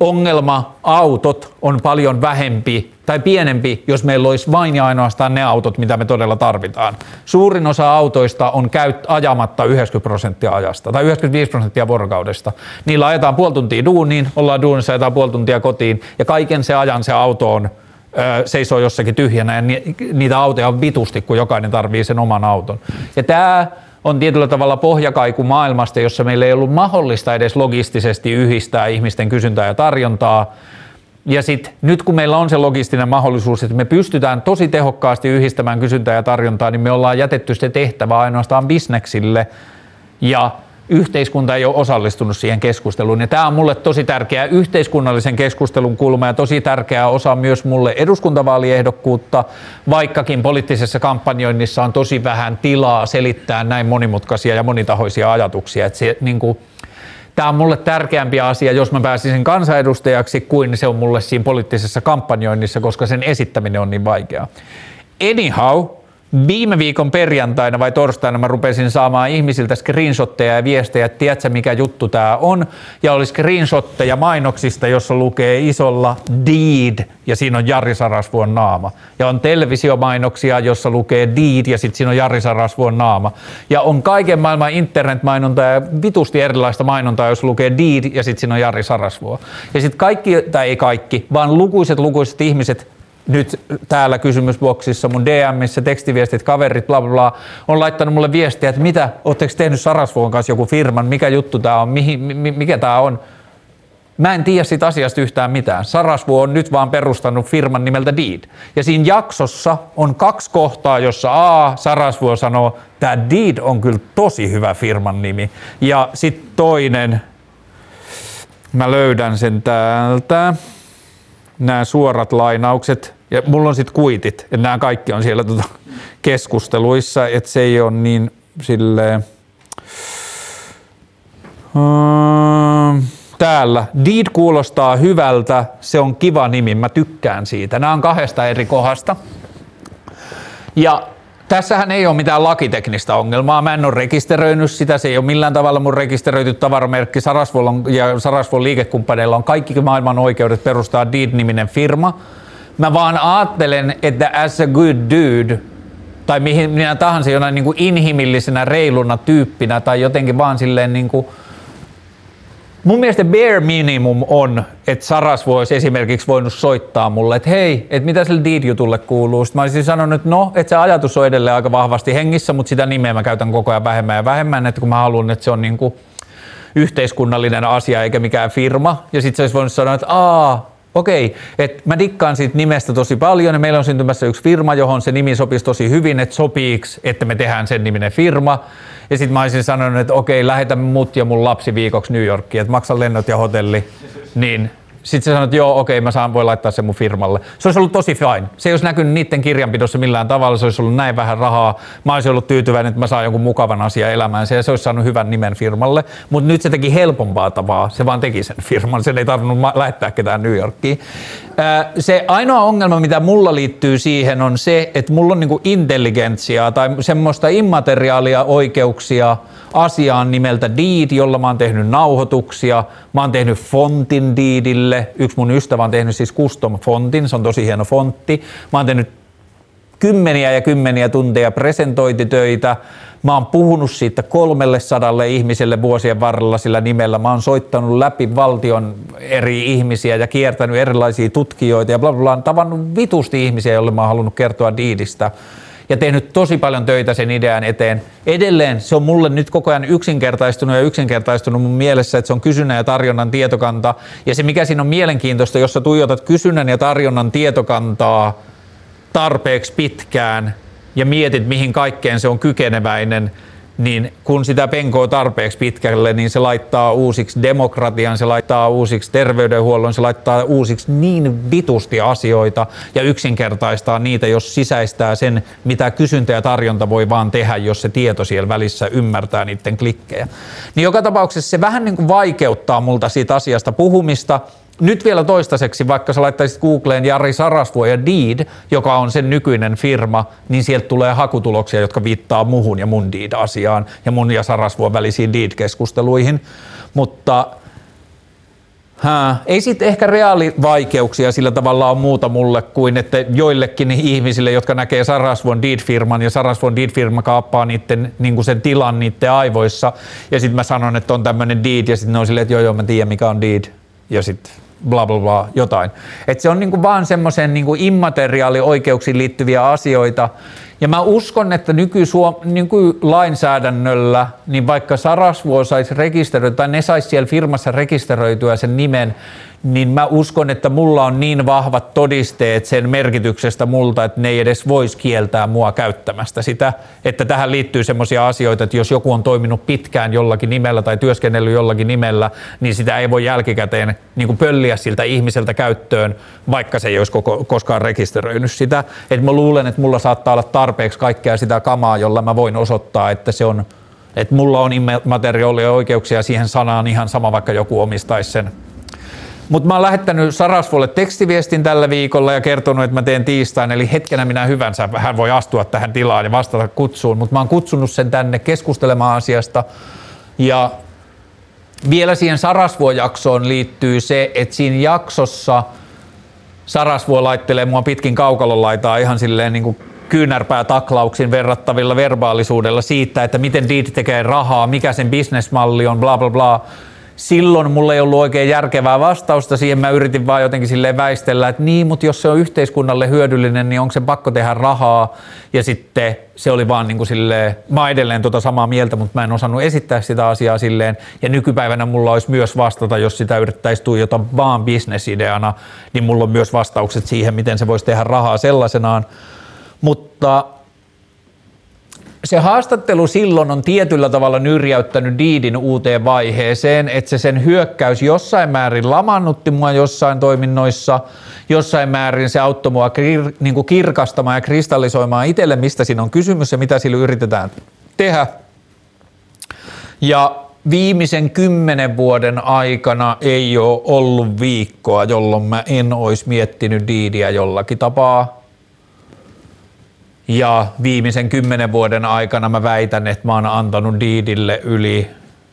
ongelma-autot on paljon vähempi tai pienempi, jos meillä olisi vain ja ainoastaan ne autot, mitä me todella tarvitaan. Suurin osa autoista on käyt ajamatta yhdeksänkymmentä prosenttia ajasta tai yhdeksänkymmentäviisi prosenttia vuorokaudesta. Niillä ajetaan puoli tuntia duuniin, ollaan duunissa, ajetaan puoli tuntia kotiin ja kaiken se ajan se auto on ö, seisoo jossakin tyhjänä ja ni, niitä autoja on vitusti, kun jokainen tarvii sen oman auton. Ja tämä on tietyllä tavalla pohjakaiku maailmasta, jossa meillä ei ollut mahdollista edes logistisesti yhdistää ihmisten kysyntää ja tarjontaa. Ja sitten nyt kun meillä on se logistinen mahdollisuus, että me pystytään tosi tehokkaasti yhdistämään kysyntää ja tarjontaa, niin me ollaan jätetty se tehtävä ainoastaan bisneksille ja yhteiskunta ei ole osallistunut siihen keskusteluun. Ja tämä on mulle tosi tärkeä yhteiskunnallisen keskustelun kulma ja tosi tärkeä osa myös mulle eduskuntavaaliehdokkuutta, vaikkakin poliittisessa kampanjoinnissa on tosi vähän tilaa selittää näin monimutkaisia ja monitahoisia ajatuksia. Että se, niin kuin, tämä on mulle tärkeämpi asia, jos mä pääsisin kansanedustajaksi, kuin se on mulle siinä poliittisessa kampanjoinnissa, koska sen esittäminen on niin vaikeaa. Anyhow, viime viikon perjantaina vai torstaina mä rupesin saamaan ihmisiltä screenshotteja ja viestejä, että tiedätkö mikä juttu tää on, ja oli screenshotteja mainoksista, jossa lukee isolla Deed ja siinä on Jari Sarasvuon naama. Ja on televisiomainoksia, jossa lukee Deed ja sitten siinä on Jari Sarasvuon naama. Ja on kaiken maailman internetmainontaa ja vitusti erilaista mainontaa, jos lukee Deed ja sitten siinä on Jari Sarasvuo. Ja sitten kaikki, tai ei kaikki, vaan lukuiset lukuiset ihmiset nyt täällä kysymysboksissa, mun D M:issä, tekstiviestit, kaverit, bla bla bla, on laittanut mulle viestiä, että mitä, ootteko tehnyt Sarasvuon kanssa joku firman, mikä juttu tää on, mihin, mikä tää on. Mä en tiedä siitä asiasta yhtään mitään. Sarasvuo on nyt vaan perustanut firman nimeltä Deed. Ja siinä jaksossa on kaksi kohtaa, jossa A, Sarasvuo sanoo, tää Deed on kyllä tosi hyvä firman nimi. Ja sitten toinen, mä löydän sen täältä. Nämä suorat lainaukset, ja mulla on sitten kuitit, ja nämä kaikki on siellä tota keskusteluissa, että se ei ole niin silleen. Täällä. Deed kuulostaa hyvältä, se on kiva nimi, mä tykkään siitä. Nämä on kahdesta eri kohdasta. Ja Tässähän ei ole mitään lakiteknistä ongelmaa. Mä en ole rekisteröinyt sitä. Se ei ole millään tavalla mun rekisteröity tavaramerkki. Sarasvuon ja Sarasvuon liikekumppaneilla on kaikki maailman oikeudet perustaa Deed-niminen firma. Mä vaan ajattelen, että as a good dude, tai mihin minä tahansa jonain niin kuin inhimillisenä, reiluna tyyppinä, tai jotenkin vaan silleen niin kuin mun mielestä bare minimum on, että Sarasvuo olisi esimerkiksi voinut soittaa mulle, että hei, että mitä sille Deed-jutulle kuuluu. Sitten mä olisin sanonut, että no, että se ajatus on edelleen aika vahvasti hengissä, mutta sitä nimeä mä käytän koko ajan vähemmän ja vähemmän, että kun mä haluan, että se on niin kuin yhteiskunnallinen asia eikä mikään firma. Ja sitten se olisi voinut sanoa, että aa, okei, että mä dikkaan siitä nimestä tosi paljon ja meillä on syntymässä yksi firma, johon se nimi sopisi tosi hyvin, että sopiiks, että me tehdään sen niminen firma. Ja sitten mä olisin sanonut, että okei, lähetämme mut ja mun lapsi viikoksi New Yorkiin, että maksan lennot ja hotelli. Niin sitten se sanoi, että joo, okei, mä saan, voi laittaa sen mun firmalle. Se olisi ollut tosi fine. Se ei olisi näkynyt niiden kirjanpidossa millään tavalla, se olisi ollut näin vähän rahaa. Mä olisin ollut tyytyväinen, että mä saan jonkun mukavan asian elämäänsä ja se olisi saanut hyvän nimen firmalle. Mutta nyt se teki helpompaa tavaa, se vaan teki sen firman, sen ei tarvinnut lähettää ketään New Yorkiin. Se ainoa ongelma, mitä mulla liittyy siihen, on se, että mulla on niinku intelligentsiaa tai semmoista immateriaalia oikeuksia asiaan nimeltä Deed, jolla mä oon tehnyt nauhoituksia. Mä oon tehnyt fontin Deedille. Yksi mun ystävä on tehnyt siis custom fontin, se on tosi hieno fontti. Mä oon tehnyt kymmeniä ja kymmeniä tunteja presentointitöitä. Mä oon puhunut siitä kolmelle sadalle ihmiselle vuosien varrella sillä nimellä. Mä oon soittanut läpi valtion eri ihmisiä ja kiertänyt erilaisia tutkijoita ja bla bla bla. Tavannut vitusti ihmisiä, joille mä oon halunnut kertoa Deedistä. Ja tehnyt tosi paljon töitä sen idean eteen. Edelleen se on mulle nyt koko ajan yksinkertaistunut ja yksinkertaistunut mun mielessä, että se on kysynnän ja tarjonnan tietokanta. Ja se mikä siinä on mielenkiintoista, jos sä tuijotat kysynnän ja tarjonnan tietokantaa tarpeeksi pitkään ja mietit mihin kaikkeen se on kykeneväinen, niin kun sitä penkoo tarpeeksi pitkälle, niin se laittaa uusiksi demokratian, se laittaa uusiksi terveydenhuollon, se laittaa uusiksi niin vitusti asioita ja yksinkertaistaa niitä, jos sisäistää sen, mitä kysyntä ja tarjonta voi vaan tehdä, jos se tieto siellä välissä ymmärtää niiden klikkejä. Niin joka tapauksessa se vähän niin kuin vaikeuttaa multa siitä asiasta puhumista. Nyt vielä toistaiseksi, vaikka sä laittaisit Googleen Jari Sarasvuo ja Deed, joka on sen nykyinen firma, niin sieltä tulee hakutuloksia, jotka viittaa muhun ja mun Deed-asiaan ja mun ja Sarasvuon välisiin Deed-keskusteluihin. Mutta hää, ei sitten ehkä reaalivaikeuksia sillä tavalla on muuta mulle kuin, että joillekin ihmisille, jotka näkee Sarasvuon Deed-firman ja Sarasvuon Deed-firma kaappaa niitten, niin kuin sen tilan niiden aivoissa ja sitten mä sanon, että on tämmöinen Deed ja sitten ne on silleen, että joo joo mä tiedän mikä on Deed ja sitten bla bla bla jotain. Et se on niinku vaan semmoisen niinku immateriaalioikeuksiin liittyviä asioita. Ja mä uskon, että nykylainsäädännöllä, niin vaikka Sarasvuo saisi rekisteröityä tai ne saisi siellä firmassa rekisteröityä sen nimen, niin mä uskon, että mulla on niin vahvat todisteet sen merkityksestä multa, että ne ei edes voisi kieltää mua käyttämästä sitä. Että tähän liittyy semmoisia asioita, että jos joku on toiminut pitkään jollakin nimellä tai työskennellyt jollakin nimellä, niin sitä ei voi jälkikäteen niin kuin pölliä siltä ihmiseltä käyttöön, vaikka se ei olisi koko, koskaan rekisteröinyt sitä. Et mä luulen, että mulla saattaa olla tarpeeksi kaikkea sitä kamaa, jolla mä voin osoittaa, että se on, että mulla on immateriaalisia oikeuksia siihen sanaan ihan sama, vaikka joku omistaisi sen. Mutta mä oon lähettänyt Sarasvuolle tekstiviestin tällä viikolla ja kertonut, että mä teen tiistain, eli hetkenä minä hyvänsä hän voi astua tähän tilaan ja vastata kutsuun, mutta mä oon kutsunut sen tänne keskustelemaan asiasta. Ja vielä siihen Sarasvuo-jaksoon liittyy se, että siinä jaksossa Sarasvuo laittelee mua pitkin kaukalonlaitaa ihan silleen niin kuin kyynärpää taklauksin verrattavilla verbaalisuudella siitä, että miten Deed tekee rahaa, mikä sen bisnesmalli on, bla bla bla. Silloin mulla ei ollut oikein järkevää vastausta siihen, mä yritin vaan jotenkin silleen väistellä, että niin, mutta jos se on yhteiskunnalle hyödyllinen, niin onko se pakko tehdä rahaa? Ja sitten se oli vaan niin kuin silleen, mä oon edelleen tota samaa mieltä, mutta mä en osannut esittää sitä asiaa silleen. Ja nykypäivänä mulla olisi myös vastata, jos sitä yrittäisi tuijota vaan bisnesideana, niin mulla on myös vastaukset siihen, miten se voisi tehdä rahaa sellaisenaan. Mutta se haastattelu silloin on tietyllä tavalla nyrjäyttänyt Deedin uuteen vaiheeseen, että se sen hyökkäys jossain määrin lamaannutti mua jossain toiminnoissa, jossain määrin se auttoi mua kir, niin kuin kirkastamaan ja kristallisoimaan itselle, mistä siinä on kysymys ja mitä sillä yritetään tehdä. Ja viimeisen kymmenen vuoden aikana ei ole ollut viikkoa, jolloin mä en olisi miettinyt Deedia jollakin tapaa. Ja viimeisen kymmenen vuoden aikana mä väitän, että mä oon antanut Deedille yli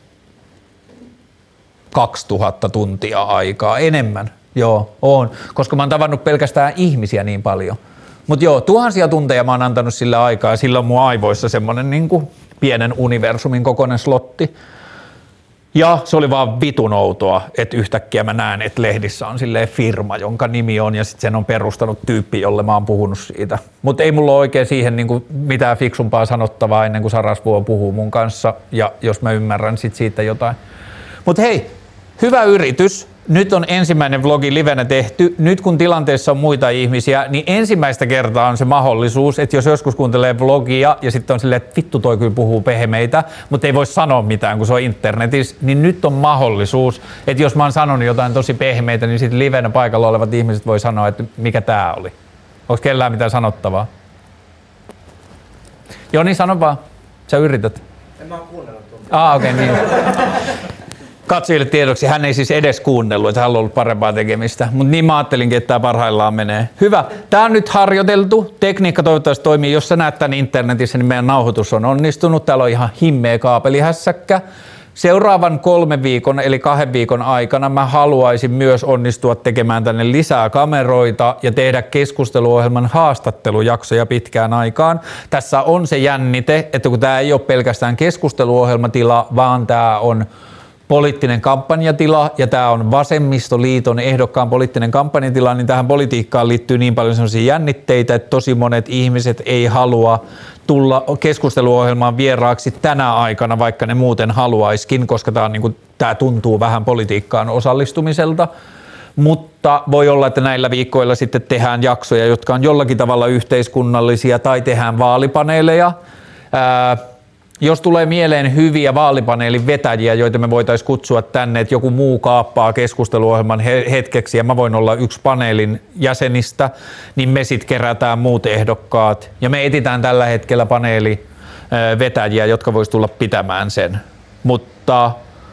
kaksituhatta tuntia aikaa, enemmän. Joo, oon, koska mä oon tavannut pelkästään ihmisiä niin paljon. Mutta joo, tuhansia tunteja mä oon antanut sille aikaa ja sillä on mun aivoissa semmonen niinku pienen universumin kokoinen slotti. Ja se oli vaan vitun outoa, että yhtäkkiä mä näen, että lehdissä on silleen firma, jonka nimi on ja sitten sen on perustanut tyyppi, jolle mä oon puhunut siitä. Mutta ei mulla ole oikein siihen niinku mitään fiksumpaa sanottavaa ennen kuin Sarasvuo puhuu mun kanssa ja jos mä ymmärrän sit siitä jotain. Mutta hei, hyvä yritys. Nyt on ensimmäinen vlogi livenä tehty. Nyt kun tilanteessa on muita ihmisiä, niin ensimmäistä kertaa on se mahdollisuus, että jos joskus kuuntelee vlogia ja sitten on silleen, että vittu toi kyllä puhuu pehmeitä, mutta ei voi sanoa mitään, kun se on internetissä, niin nyt on mahdollisuus, että jos mä oon sanonut jotain tosi pehmeitä, niin sitten livenä paikalla olevat ihmiset voi sanoa, että mikä tää oli. Onko kellään mitään sanottavaa? Joo niin, sano vaan. Sä yrität. En mä oo kuunnellut tuntia. Ah, okei, okay, niin. Katsojille tiedoksi, hän ei siis edes kuunnellut, että hänellä on ollut parempaa tekemistä, mutta niin mä ajattelinkin, että tämä parhaillaan menee. Hyvä, tämä on nyt harjoiteltu, tekniikka toivottavasti toimii, jos sä näet tämän internetissä, niin meidän nauhoitus on onnistunut, täällä on ihan himmeä kaapelihässäkkä. Seuraavan kolmen viikon eli kahden viikon aikana mä haluaisin myös onnistua tekemään tänne lisää kameroita ja tehdä keskusteluohjelman haastattelujaksoja pitkään aikaan. Tässä on se jännite, että kun tämä ei ole pelkästään keskusteluohjelmatila, vaan tämä on poliittinen kampanjatila ja tämä on vasemmistoliiton ehdokkaan poliittinen kampanjatila, niin tähän politiikkaan liittyy niin paljon sellaisia jännitteitä, että tosi monet ihmiset ei halua tulla keskusteluohjelmaan vieraaksi tänä aikana, vaikka ne muuten haluaiskin, koska tämä, on niin kuin, tämä tuntuu vähän politiikkaan osallistumiselta. Mutta voi olla, että näillä viikkoilla sitten tehdään jaksoja, jotka on jollakin tavalla yhteiskunnallisia tai tehdään vaalipaneeleja. Ää, Jos tulee mieleen hyviä vaalipaneelin vetäjiä, joita me voitaisiin kutsua tänne, että joku muu kaappaa keskusteluohjelman hetkeksi ja mä voin olla yksi paneelin jäsenistä, niin me sitten kerätään muut ehdokkaat ja me etsitään tällä hetkellä paneeli vetäjiä, jotka vois tulla pitämään sen. Mutta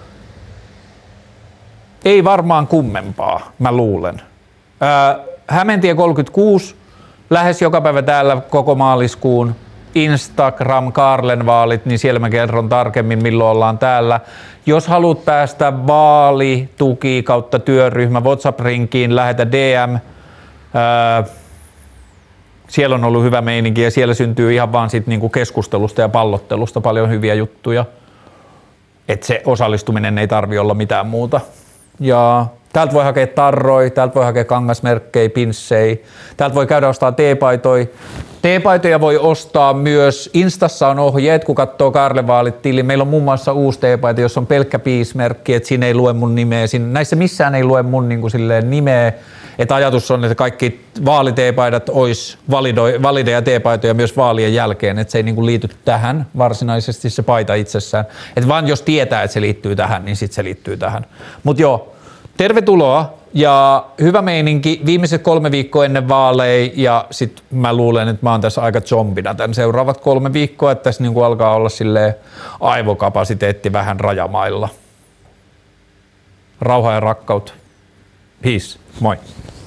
ei varmaan kummempaa, mä luulen. Hämeentie kolmekymmentäkuusi, lähes joka päivä täällä koko maaliskuun. Instagram Kaarlen vaalit, niin siellä mä kerron tarkemmin milloin ollaan täällä. Jos haluat päästä vaalituki kautta työryhmä WhatsApp-rinkiin, lähetä D M. Ää, siellä on ollut hyvä meininki ja siellä syntyy ihan vaan sit niinku keskustelusta ja pallottelusta paljon hyviä juttuja. Et se osallistuminen ei tarvi olla mitään muuta. Ja täältä voi hakea tarroi, täältä voi hakea kangasmerkkejä, pinssejä, täältä voi käydä ostaa teepaitoja. Teepaitoja voi ostaa myös, Instassa on ohjeet, kun katsoo Kaarlen vaalit-tili. Meillä on muun muassa uusi teepaita, jossa on pelkkä piismerkki, että siinä ei lue mun nimeä. Siinä, näissä missään ei lue mun niin kuin silleen nimeä. Että ajatus on, että kaikki vaaliteepaidat olisi valideja teepaitoja myös vaalien jälkeen, että se ei niin kuin liity tähän varsinaisesti se paita itsessään. Että vaan jos tietää, että se liittyy tähän, niin sitten se liittyy tähän. Mutta joo, tervetuloa ja hyvä meininki viimeiset kolme viikkoa ennen vaaleja ja sit mä luulen, että mä oon tässä aika zombina tämän seuraavat kolme viikkoa, että tässä niinku alkaa olla silleen aivokapasiteetti vähän rajamailla. Rauhaa ja rakkautta. Peace. Moi.